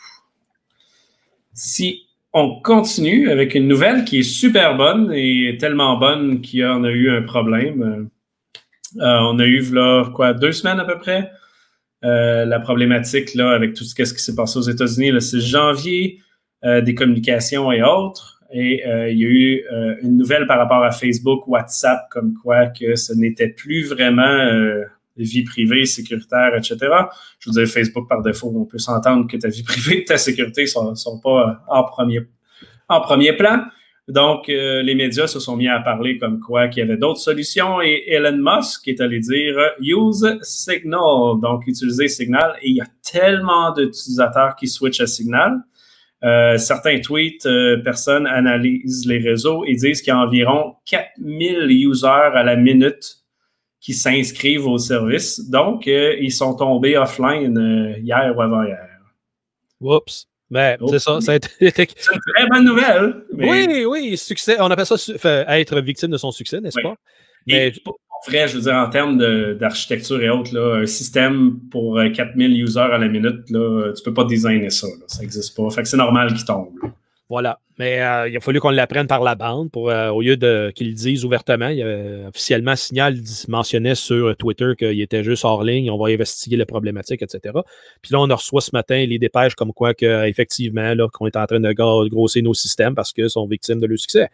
Speaker 2: Si on continue avec une nouvelle qui est super bonne et tellement bonne qu'il y en a eu un problème. Euh, on a eu là, quoi, deux semaines à peu près. Euh, la problématique là, avec tout ce, ce qui s'est passé aux États-Unis le six janvier, euh, des communications et autres. Et euh, il y a eu euh, une nouvelle par rapport à Facebook, WhatsApp, comme quoi que ce n'était plus vraiment euh, vie privée, sécuritaire, et cetera. Je veux dire, Facebook, par défaut, on peut s'entendre que ta vie privée et ta sécurité ne sont, sont pas en premier, en premier plan. Donc, euh, les médias se sont mis à parler comme quoi qu'il y avait d'autres solutions et Elon Musk est allé dire « Use Signal », donc utiliser Signal. Et il y a tellement d'utilisateurs qui switchent à Signal. Euh, certains tweets, euh, personnes analysent les réseaux et disent qu'il y a environ quatre mille users à la minute qui s'inscrivent au service. Donc, euh, ils sont tombés offline euh, hier ou avant-hier.
Speaker 3: Oups. Ben, oh, c'est ça. ça a été...
Speaker 2: C'est une très bonne nouvelle.
Speaker 3: Mais... Oui, oui, succès. On appelle ça su... être victime de son succès, n'est-ce oui. pas?
Speaker 2: Mais pour vrai, je veux dire, en termes de, d'architecture et autres, là, un système pour quatre mille users à la minute, là, tu peux pas designer ça. Là, ça n'existe pas. Fait que c'est normal qu'il tombe. Là.
Speaker 3: Voilà. Mais euh, il a fallu qu'on l'apprenne par la bande pour, euh, au lieu de qu'ils le disent ouvertement. Il y avait, officiellement, Signal mentionnait sur Twitter qu'il était juste hors ligne. On va investiguer la problématique, et cetera. Puis là, on a reçu ce matin les dépêches comme quoi qu'effectivement, là, qu'on est en train de grosser nos systèmes parce qu'ils sont victimes de leur succès.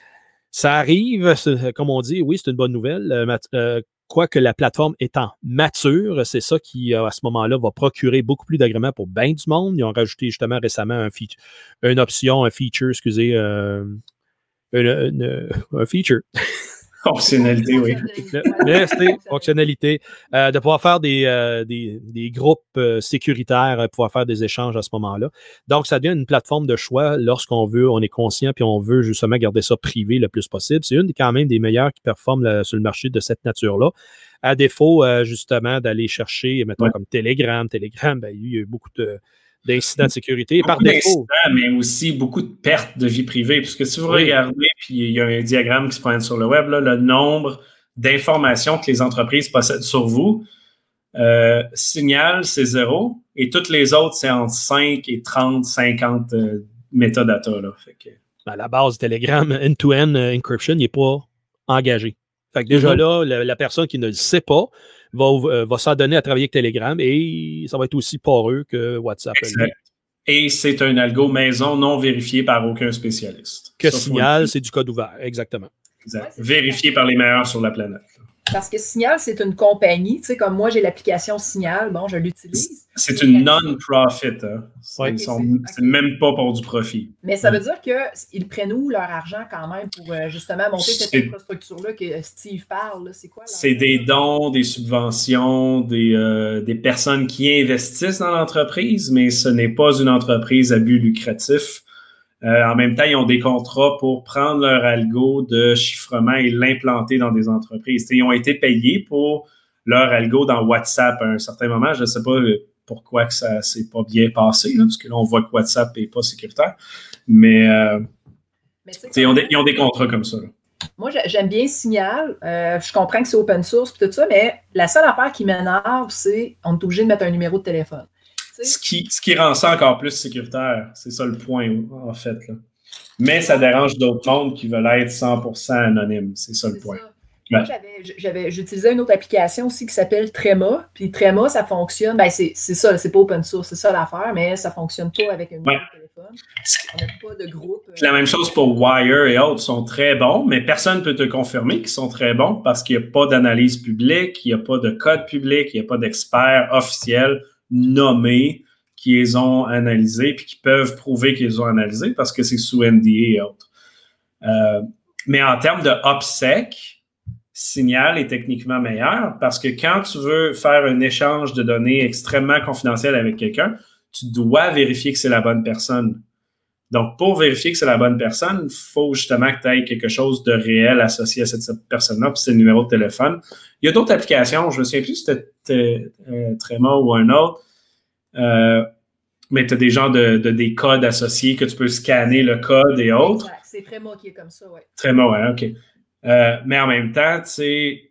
Speaker 3: Ça arrive, comme on dit, oui, c'est une bonne nouvelle. Euh, euh, quoique la plateforme étant mature, c'est ça qui, à ce moment-là, va procurer beaucoup plus d'agréments pour bien du monde. Ils ont rajouté justement récemment un feature, une option, un feature, excusez, euh, une, une, un feature.
Speaker 2: Fonctionnalité, oui.
Speaker 3: Merci, fonctionnalité. Euh, de pouvoir faire des, euh, des, des groupes euh, sécuritaires, euh, pouvoir faire des échanges à ce moment-là. Donc, ça devient une plateforme de choix lorsqu'on veut, on est conscient, puis on veut justement garder ça privé le plus possible. C'est une des quand même des meilleures qui performent là, sur le marché de cette nature-là. À défaut, euh, justement, d'aller chercher, mettons, ouais. comme Telegram. Telegram, ben, il y a eu beaucoup de... d'incidents de sécurité.
Speaker 2: Beaucoup
Speaker 3: par défaut.
Speaker 2: Mais aussi beaucoup de pertes de vie privée. Puisque si vous oui. regardez, puis il y a un diagramme qui se promène sur le web, là, le nombre d'informations que les entreprises possèdent sur vous, euh, Signal, c'est zéro. Et toutes les autres, c'est entre cinq et trente, cinquante euh, métadata. Là. Fait que...
Speaker 3: À la base, Telegram, end-to-end uh, encryption, il n'est pas engagé. Fait que déjà mm-hmm. là, la, la personne qui ne le sait pas, va, euh, va s'en donner à travailler avec Telegram et ça va être aussi poreux que WhatsApp.
Speaker 2: Exact. Et c'est un algo maison non vérifié par aucun spécialiste.
Speaker 3: Que ça, Signal, c'est du code ouvert, exactement.
Speaker 2: Exact. Ouais, vérifié par les meilleurs sur la planète.
Speaker 4: Parce que Signal, c'est une compagnie. Tu sais, comme moi, j'ai l'application Signal, bon, je l'utilise.
Speaker 2: C'est une non-profit. Hein. C'est, ouais. sont, c'est, c'est même pas pour du profit.
Speaker 4: Mais ça veut dire qu'ils prennent où leur argent quand même pour euh, justement monter cette c'est, infrastructure-là que Steve parle? Là. C'est quoi? Là?
Speaker 2: C'est des dons, des subventions, des, euh, des personnes qui investissent dans l'entreprise, mais ce n'est pas une entreprise à but lucratif. Euh, en même temps, ils ont des contrats pour prendre leur algo de chiffrement et l'implanter dans des entreprises. T'sais, ils ont été payés pour leur algo dans WhatsApp à un certain moment. Je ne sais pas pourquoi que ça ne s'est pas bien passé, là, parce que là, on voit que WhatsApp n'est pas sécuritaire. Mais, euh, Mais ils, ont des, ils ont des contrats comme ça. Là.
Speaker 4: Moi, j'aime bien Signal. Euh, je comprends que c'est open source et tout ça, mais la seule affaire qui m'énerve, c'est qu'on est obligé de mettre un numéro de téléphone.
Speaker 2: Ce qui, ce qui rend ça encore plus sécuritaire. C'est ça le point, en fait. Là. Mais ça dérange d'autres mondes qui veulent être cent pour cent anonymes. C'est ça le point.
Speaker 4: Ça. Moi, j'avais, j'avais, j'utilisais une autre application aussi qui s'appelle Trema. Puis Trema, ça fonctionne. Ben, c'est, c'est ça, c'est pas open source, c'est ça l'affaire, mais ça fonctionne pas avec un numéro ouais. de téléphone. On n'a pas de groupe.
Speaker 2: Euh... La même chose pour Wire et autres sont très bons, mais personne ne peut te confirmer qu'ils sont très bons parce qu'il n'y a pas d'analyse publique, il n'y a pas de code public, il n'y a pas d'experts officiels nommés qui les ont analysés puis qui peuvent prouver qu'ils les ont analysés parce que c'est sous N D A et autres. Euh, mais en termes de OPSEC, Signal est techniquement meilleur parce que quand tu veux faire un échange de données extrêmement confidentiel avec quelqu'un, tu dois vérifier que c'est la bonne personne. Donc, pour vérifier que c'est la bonne personne, il faut justement que tu aies quelque chose de réel associé à cette, cette personne-là, puis c'est le numéro de téléphone. Il y a d'autres applications, je me souviens plus si c'était euh, Trema ou un autre, euh, mais tu as des genres de, de des codes associés que tu peux scanner le code et autres.
Speaker 4: Exact. C'est Trema qui est comme ça, oui.
Speaker 2: Trema, oui, OK. Euh, mais en même temps, tu sais,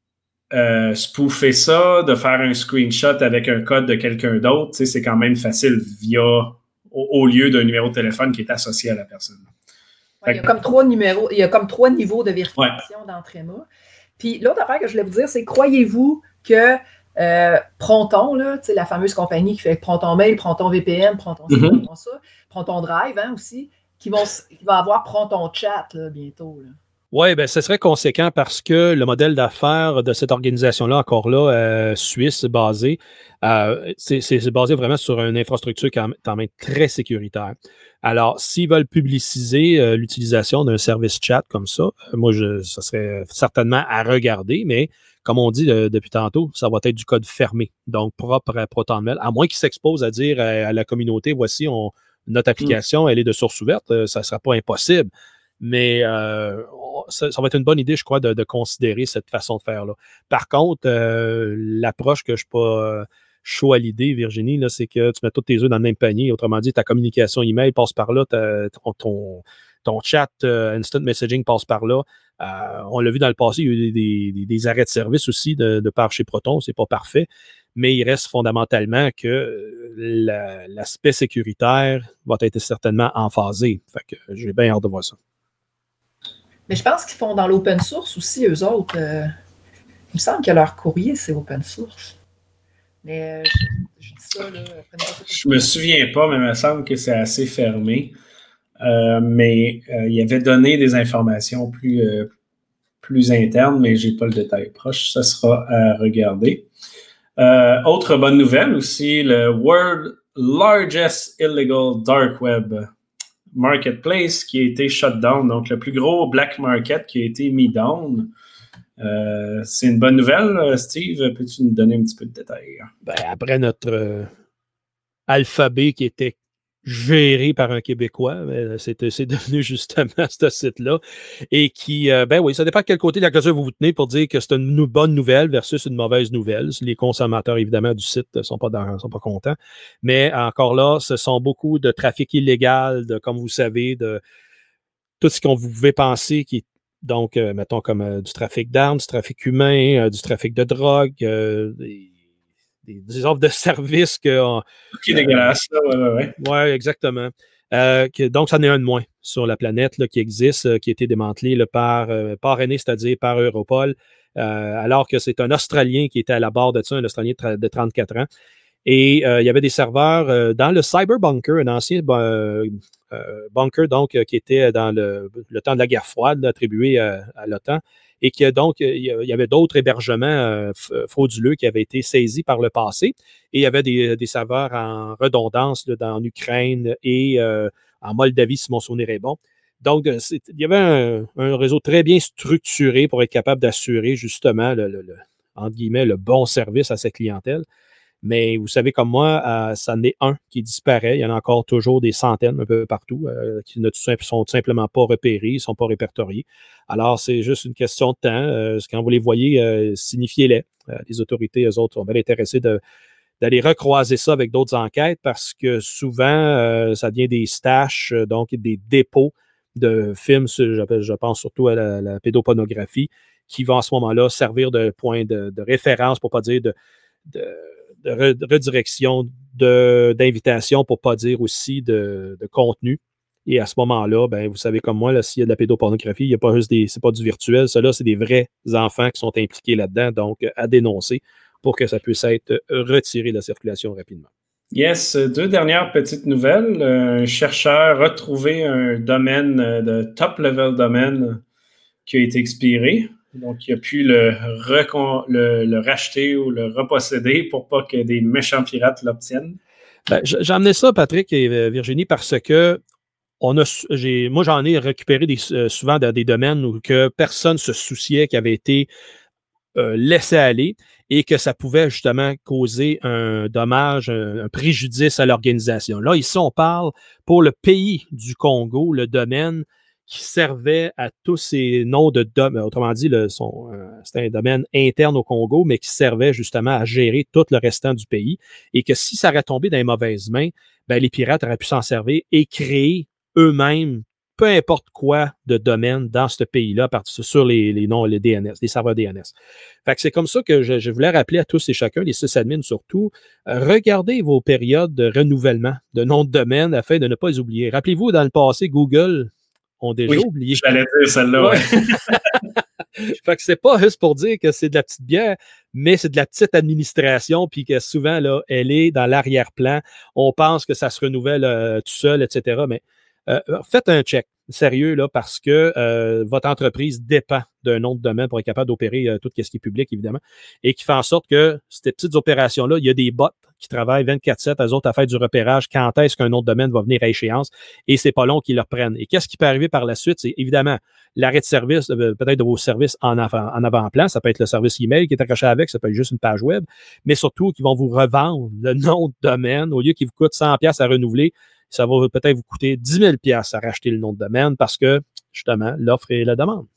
Speaker 2: euh, spoofer ça, de faire un screenshot avec un code de quelqu'un d'autre, tu sais, c'est quand même facile via, au, au lieu d'un numéro de téléphone qui est associé à la personne.
Speaker 4: Ouais, il y a comme trois numéros, il y a comme trois niveaux de vérification ouais. dans Trema. Puis l'autre affaire que je voulais vous dire, c'est croyez-vous que euh, Proton, là, tu sais, la fameuse compagnie qui fait Proton Mail, Proton V P N, Proton ça, mm-hmm. Proton ça, Proton Drive hein, aussi, qui vont, qui va avoir Proton Chat là, bientôt. Là.
Speaker 3: Oui, bien, ce serait conséquent parce que le modèle d'affaires de cette organisation-là, encore là, euh, suisse basée, euh, c'est, c'est basé vraiment sur une infrastructure quand même très sécuritaire. Alors, s'ils veulent publiciser euh, l'utilisation d'un service chat comme ça, euh, moi, je, ça serait certainement à regarder, mais comme on dit euh, depuis tantôt, ça va être du code fermé, donc propre à ProtonMail, à moins qu'ils s'exposent à dire à, à la communauté, voici, on, notre application, mmh. elle est de source ouverte, euh, ça ne sera pas impossible. Mais euh, ça, ça va être une bonne idée, je crois, de, de considérer cette façon de faire-là. Par contre, euh, l'approche que je ne suis pas euh, chaud à l'idée, Virginie, là, c'est que tu mets tous tes œufs dans le même panier. Autrement dit, ta communication email passe par là, ta, ton, ton, ton chat euh, instant messaging passe par là. Euh, on l'a vu dans le passé, il y a eu des, des, des arrêts de service aussi de, de part chez Proton, c'est pas parfait. Mais il reste fondamentalement que la, l'aspect sécuritaire va être certainement emphasé. Fait que j'ai bien hâte de voir ça.
Speaker 4: Mais je pense qu'ils font dans l'open source aussi, eux autres. Euh, il me semble que leur courrier, c'est open source. Mais euh, je, je dis ça, là.
Speaker 2: Je me souviens pas, mais il me semble que c'est assez fermé. Euh, mais euh, il avait donné des informations plus, euh, plus internes, mais je n'ai pas le détail proche. Ça sera à regarder. Euh, autre bonne nouvelle aussi, le World Largest Illegal Dark Web Marketplace qui a été shut down, donc le plus gros black market qui a été mis down. Euh, c'est une bonne nouvelle, Steve. Peux-tu nous donner un petit peu de détails?
Speaker 3: Ben, après notre euh, alphabet qui était géré par un Québécois, ben, c'est, c'est devenu justement ce site-là. Et qui, euh, ben oui, ça dépend de quel côté de la clôture vous vous tenez pour dire que c'est une bonne nouvelle versus une mauvaise nouvelle. Les consommateurs, évidemment, du site ne sont pas, dans, sont pas contents. Mais encore là, ce sont beaucoup de trafic illégal, de, comme vous savez, de tout ce qu'on vous pouvez penser qui est donc, euh, mettons, comme euh, du trafic d'armes, du trafic humain, euh, du trafic de drogue, euh, des, des, des offres de services que... Euh,
Speaker 2: qui est dégueulasse, là, ouais, ouais, ouais.
Speaker 3: Oui, exactement. Euh, que, donc, ça en est un de moins sur la planète là, qui existe, euh, qui a été démantelé là, par, euh, parrainé, c'est-à-dire par Europol, euh, alors que c'est un Australien qui était à la barre de ça, un Australien de trente-quatre ans. Et euh, il y avait des serveurs euh, dans le Cyber Bunker, un ancien euh, euh, bunker donc euh, qui était dans le, le temps de la guerre froide, là, attribué à, à l'OTAN, et que donc il y avait d'autres hébergements euh, frauduleux qui avaient été saisis par le passé. Et il y avait des, des serveurs en redondance là, dans, en Ukraine et euh, en Moldavie, si mon souvenir est bon. Donc, c'est, il y avait un, un réseau très bien structuré pour être capable d'assurer justement le, le, le, entre guillemets, le bon service à sa clientèle. Mais vous savez comme moi, euh, ça en est un qui disparaît. Il y en a encore toujours des centaines un peu partout euh, qui ne sont tout simplement pas repérés, ils ne sont pas répertoriés. Alors, c'est juste une question de temps. Euh, quand vous les voyez, euh, signifiez-les. Euh, les autorités, eux autres, sont bien intéressés de, d'aller recroiser ça avec d'autres enquêtes parce que souvent, euh, ça devient des stash, donc des dépôts de films, je, je pense surtout à la, la pédopornographie, qui vont à ce moment-là servir de point de, de référence, pour ne pas dire de, de, de, re, de redirection, de, d'invitation, pour ne pas dire aussi de, de contenu. Et à ce moment-là, ben, vous savez comme moi, là, s'il y a de la pédopornographie, il y a pas juste des, c'est pas du virtuel, cela, c'est des vrais enfants qui sont impliqués là-dedans, donc à dénoncer pour que ça puisse être retiré de la circulation rapidement.
Speaker 2: Yes, deux dernières petites nouvelles. Un chercheur a retrouvé un domaine de top-level domaine qui a été expiré. Donc, il a pu le, recon- le, le racheter ou le reposséder pour pas que des méchants pirates l'obtiennent.
Speaker 3: Ben, j'ai amené ça, Patrick et Virginie, parce que on a, j'ai, moi, j'en ai récupéré des, souvent dans des domaines où que personne se souciait, qui avait été euh, laissé aller et que ça pouvait justement causer un dommage, un, un préjudice à l'organisation. Là, ici, on parle pour le pays du Congo, le domaine qui servait à tous ces noms de domaines, autrement dit, le, son, euh, c'était un domaine interne au Congo, mais qui servait justement à gérer tout le restant du pays, et que si ça aurait tombé dans les mauvaises mains, ben, les pirates auraient pu s'en servir et créer eux-mêmes peu importe quoi de domaine dans ce pays-là, sur les, les noms, les D N S, les serveurs D N S. Fait que c'est comme ça que je, je voulais rappeler à tous et chacun, les sysadmins surtout, euh, regardez vos périodes de renouvellement de noms de domaine afin de ne pas les oublier. Rappelez-vous, dans le passé, Google ont déjà
Speaker 2: oui,
Speaker 3: oublié.
Speaker 2: J'allais dire celle-là, ouais.
Speaker 3: Fait que c'est pas juste pour dire que c'est de la petite bière, mais c'est de la petite administration, puis que souvent, là, elle est dans l'arrière-plan. On pense que ça se renouvelle euh, tout seul, et cetera. Mais euh, faites un check sérieux, là, parce que euh, votre entreprise dépend d'un nom de domaine pour être capable d'opérer euh, tout ce qui est public, évidemment, et qui fait en sorte que ces petites opérations-là, il y a des bots qui travaillent vingt-quatre sept, eux autres, à faire du repérage, quand est-ce qu'un nom de domaine va venir à échéance, et c'est pas long qu'ils le reprennent. Et qu'est-ce qui peut arriver par la suite? C'est évidemment l'arrêt de service, euh, peut-être de vos services en, avant, en avant-plan, ça peut être le service email qui est accroché avec, ça peut être juste une page web, mais surtout qu'ils vont vous revendre le nom de domaine, au lieu qu'il vous coûte cent dollars à renouveler, ça va peut-être vous coûter dix mille dollars à racheter le nom de domaine parce que, justement, l'offre et la demande.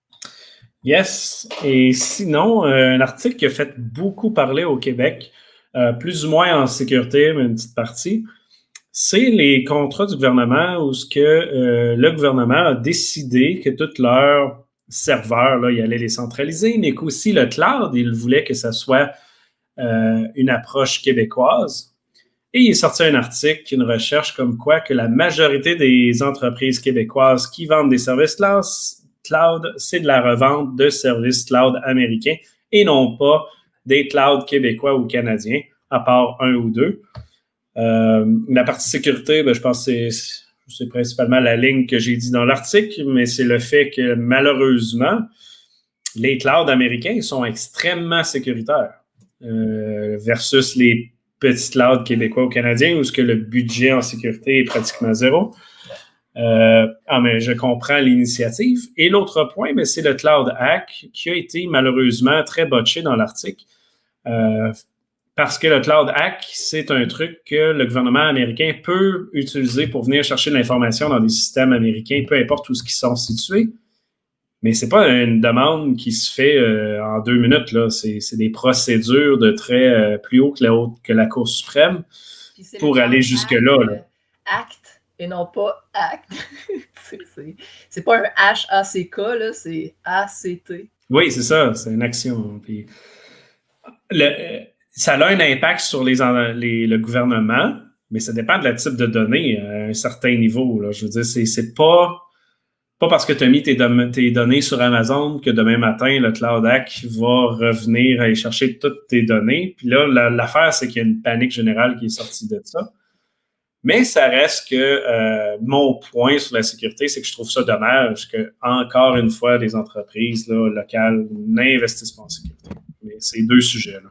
Speaker 2: Yes. Et sinon, euh, un article qui a fait beaucoup parler au Québec, euh, plus ou moins en sécurité, mais une petite partie, c'est les contrats du gouvernement où ce que euh, le gouvernement a décidé que tous leurs serveurs, là, il allait les centraliser, mais qu'aussi le cloud, il voulait que ça soit euh, une approche québécoise. Et il est sorti un article, une recherche comme quoi que la majorité des entreprises québécoises qui vendent des services cloud, c'est de la revente de services cloud américains et non pas des clouds québécois ou canadiens, à part un ou deux. Euh, la partie sécurité, ben, je pense que c'est, c'est principalement la ligne que j'ai dit dans l'article, mais c'est le fait que malheureusement, les clouds américains sont extrêmement sécuritaires euh, versus les petits clouds québécois ou canadiens où ce que le budget en sécurité est pratiquement zéro. Euh, ah, mais je comprends l'initiative. Et l'autre point, ben, c'est le Cloud Hack qui a été malheureusement très botché dans l'article. Euh, parce que le Cloud Hack, c'est un truc que le gouvernement américain peut utiliser pour venir chercher de l'information dans des systèmes américains, peu importe où ils sont situés. Mais c'est pas une demande qui se fait euh, en deux minutes. Là. C'est, c'est des procédures de très euh, plus haut que la, haute, que la Cour suprême pour aller jusque-là.
Speaker 4: Act,
Speaker 2: là.
Speaker 4: Act et non pas Act. c'est, c'est, c'est pas un H A C K, là, c'est A C T.
Speaker 2: Oui, c'est ça. C'est une action. Puis, le, ça a un impact sur les, les, le gouvernement, mais ça dépend de la type de données à un certain niveau. Là. Je veux dire, c'est, c'est pas... Pas parce que tu as mis tes, don- tes données sur Amazon que demain matin, le Cloud Hack va revenir aller chercher toutes tes données. Puis là, la, l'affaire, c'est qu'il y a une panique générale qui est sortie de ça. Mais ça reste que euh, mon point sur la sécurité, c'est que je trouve ça dommage que, encore une fois, les entreprises là, locales n'investissent pas en sécurité. Mais c'est deux sujets-là.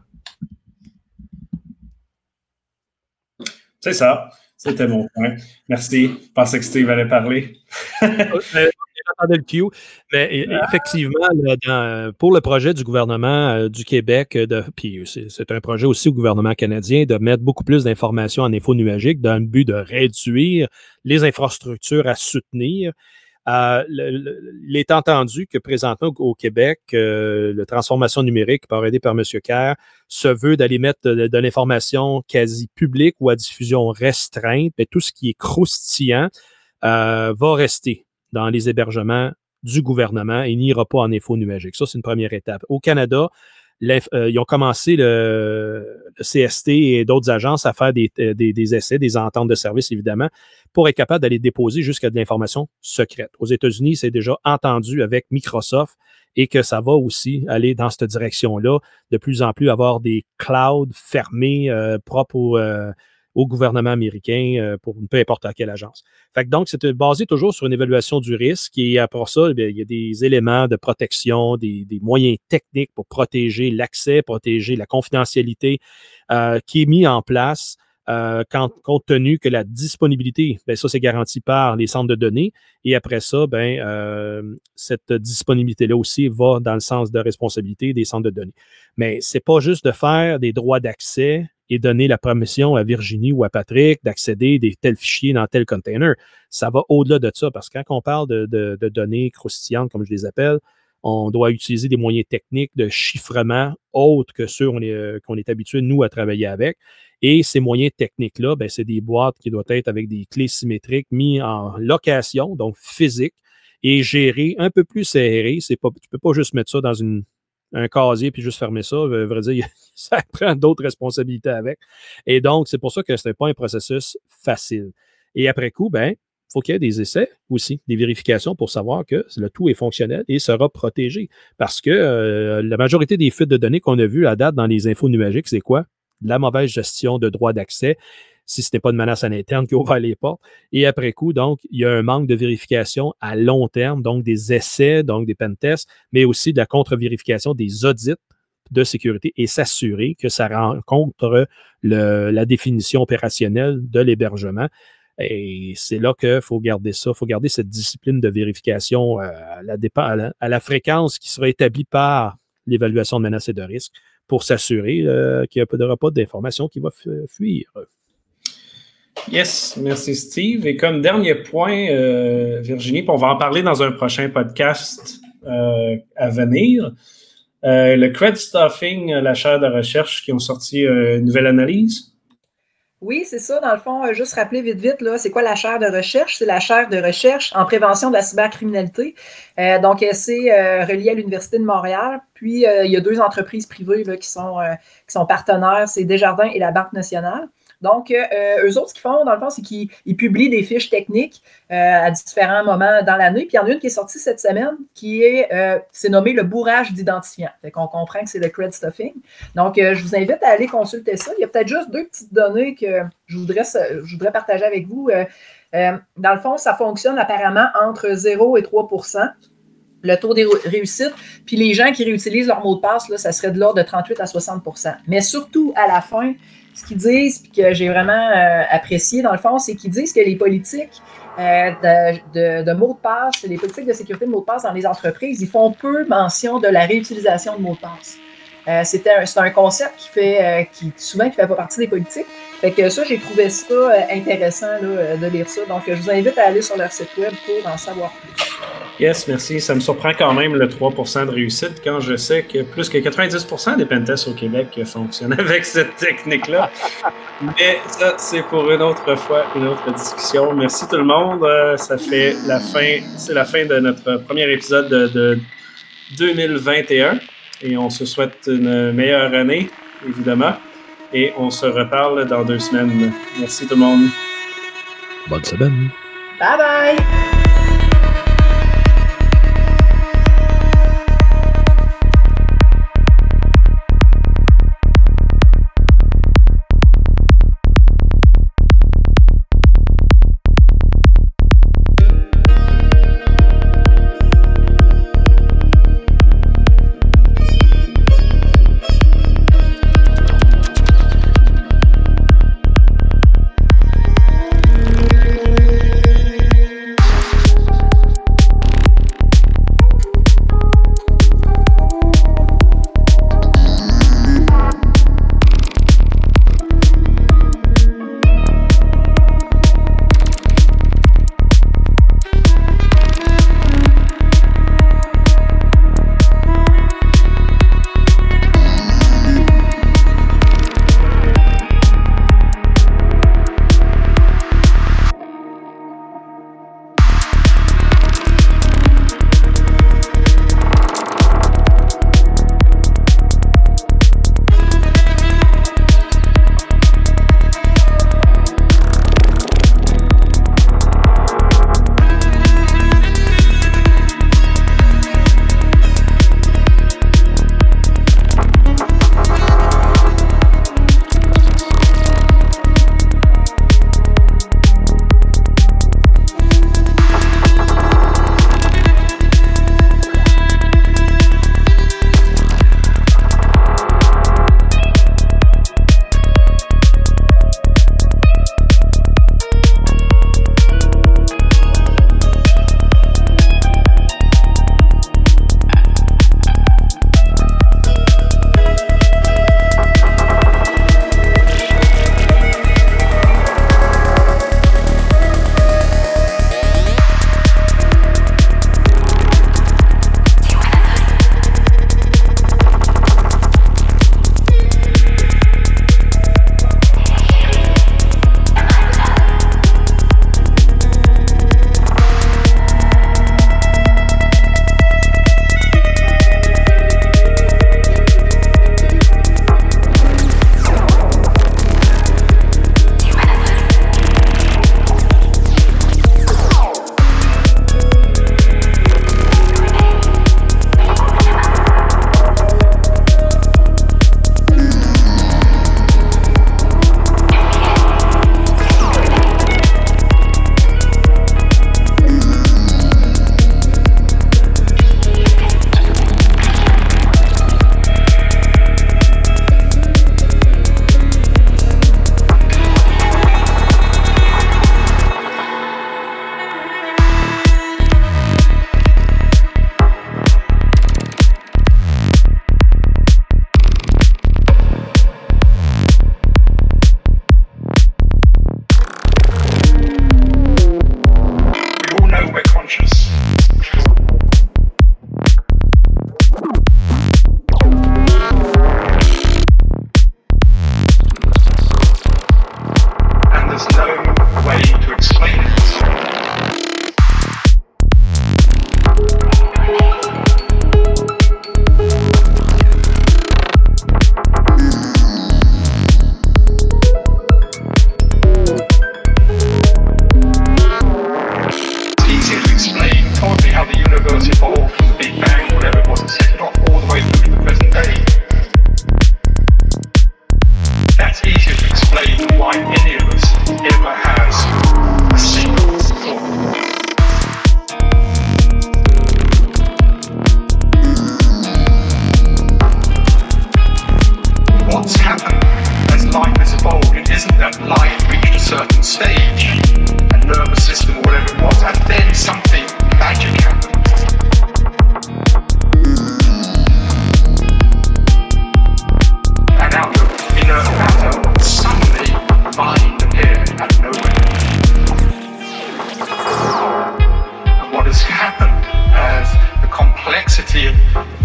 Speaker 2: C'est ça. C'était mon point. Merci. Je pensais que Steve allait parler.
Speaker 3: J'attendais le cue. Mais ah. effectivement, là, dans, pour le projet du gouvernement euh, du Québec, de, puis c'est, c'est un projet aussi au gouvernement canadien, de mettre beaucoup plus d'informations en info nuagique dans le but de réduire les infrastructures à soutenir. Euh, le, le, il est entendu que présentement au Québec, euh, la transformation numérique, par aidé par M. Kerr, se veut d'aller mettre de, de l'information quasi publique ou à diffusion restreinte, mais tout ce qui est croustillant euh, va rester. dans les hébergements du gouvernement et n'ira pas en info-nuagique. Ça, c'est une première étape. Au Canada, Euh, ils ont commencé le, le C S T et d'autres agences à faire des, des, des essais, des ententes de service, évidemment, pour être capable d'aller déposer jusqu'à de l'information secrète. Aux États-Unis, c'est déjà entendu avec Microsoft et que ça va aussi aller dans cette direction-là, de plus en plus avoir des clouds fermés euh, propres au, euh, au gouvernement américain euh, pour peu importe à quelle agence. Fait que donc, c'est basé toujours sur une évaluation du risque et après ça, bien, il y a des éléments de protection, des, des moyens techniques pour protéger l'accès, protéger la confidentialité euh, qui est mis en place euh, quand, compte tenu que la disponibilité, bien, ça, c'est garanti par les centres de données et après ça, bien, euh, cette disponibilité-là aussi va dans le sens de responsabilité des centres de données. Mais c'est pas juste de faire des droits d'accès et donner la permission à Virginie ou à Patrick d'accéder à tels fichiers dans tel container. Ça va au-delà de ça, parce que quand on parle de, de, de données croustillantes, comme je les appelle, on doit utiliser des moyens techniques de chiffrement autres que ceux qu'on est, qu'on est habitué, nous, à travailler avec. Et ces moyens techniques-là, ben, c'est des boîtes qui doivent être avec des clés symétriques mises en location, donc physique, et gérées un peu plus serrées. C'est pas, tu ne peux pas juste mettre ça dans une un casier puis juste fermer ça, à vrai dire, ça prend d'autres responsabilités avec. Et donc, c'est pour ça que ce n'est pas un processus facile. Et après coup, ben, il faut qu'il y ait des essais aussi, des vérifications pour savoir que le tout est fonctionnel et sera protégé. Parce que euh, la majorité des fuites de données qu'on a vues à date dans les infos nuagiques, c'est quoi? La mauvaise gestion de droits d'accès, si ce n'est pas une menace à l'interne qui ouvre les portes. Et après coup, donc, il y a un manque de vérification à long terme, donc des essais, donc des pentests, mais aussi de la contre-vérification des audits de sécurité et s'assurer que ça rencontre le, la définition opérationnelle de l'hébergement. Et c'est là qu'il faut garder ça, il faut garder cette discipline de vérification euh, à, la dépa- à, la, à la fréquence qui sera établie par l'évaluation de menaces et de risques pour s'assurer euh, qu'il n'y aura pas d'informations qui vont fuir.
Speaker 2: Yes, merci Steve. Et comme dernier point, euh, Virginie, puis on va en parler dans un prochain podcast euh, à venir, euh, le cred stuffing, la chaire de recherche qui ont sorti euh, une nouvelle analyse.
Speaker 4: Oui, c'est ça. Dans le fond, euh, juste rappeler vite, vite, là, c'est quoi la chaire de recherche? C'est la chaire de recherche en prévention de la cybercriminalité. Euh, donc, c'est euh, relié à l'Université de Montréal. Puis, euh, il y a deux entreprises privées là, qui, sont, euh, qui sont partenaires, c'est Desjardins et la Banque nationale. Donc, euh, eux autres, ce qu'ils font, dans le fond, c'est qu'ils ils publient des fiches techniques euh, à différents moments dans l'année. Puis, il y en a une qui est sortie cette semaine qui est, euh, c'est nommé le bourrage d'identifiants. Fait qu'on comprend que c'est le cred stuffing. Donc, euh, je vous invite à aller consulter ça. Il y a peut-être juste deux petites données que je voudrais, je voudrais partager avec vous. Euh, euh, dans le fond, ça fonctionne apparemment entre zéro et trois pour cent. Le taux de réussite, puis les gens qui réutilisent leur mot de passe, là, ça serait de l'ordre de trente-huit à soixante pour cent. Mais surtout, à la fin, ce qu'ils disent, puis que j'ai vraiment euh, apprécié dans le fond, c'est qu'ils disent que les politiques euh, de, de, de mots de passe, les politiques de sécurité de mots de passe dans les entreprises, ils font peu mention de la réutilisation de mots de passe. Euh, c'était un, c'est un concept qui fait, euh, qui souvent qui fait pas partie des politiques. Fait que ça, j'ai trouvé ça euh, intéressant là, de lire ça. Donc, je vous invite à aller sur leur site web pour en savoir plus.
Speaker 2: Yes, merci. Ça me surprend quand même le trois pour cent de réussite quand je sais que plus que quatre-vingt-dix pour cent des pentests au Québec fonctionnent avec cette technique-là. Mais ça, c'est pour une autre fois, une autre discussion. Merci tout le monde. Euh, ça fait la fin, c'est la fin de notre premier épisode de, de deux mille vingt et un. Et on se souhaite une meilleure année, évidemment. Et on se reparle dans deux semaines. Merci tout le monde.
Speaker 3: Bonne semaine.
Speaker 4: Bye bye.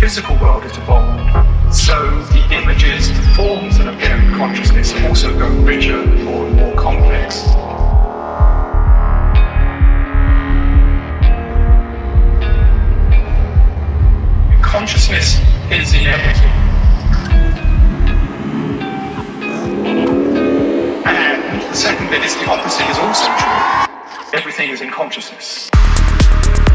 Speaker 1: physical world has evolved, so the images, the forms that appear in consciousness also go richer, more and more complex. Consciousness is in everything. And the second bit is the opposite is also true. Everything is in consciousness.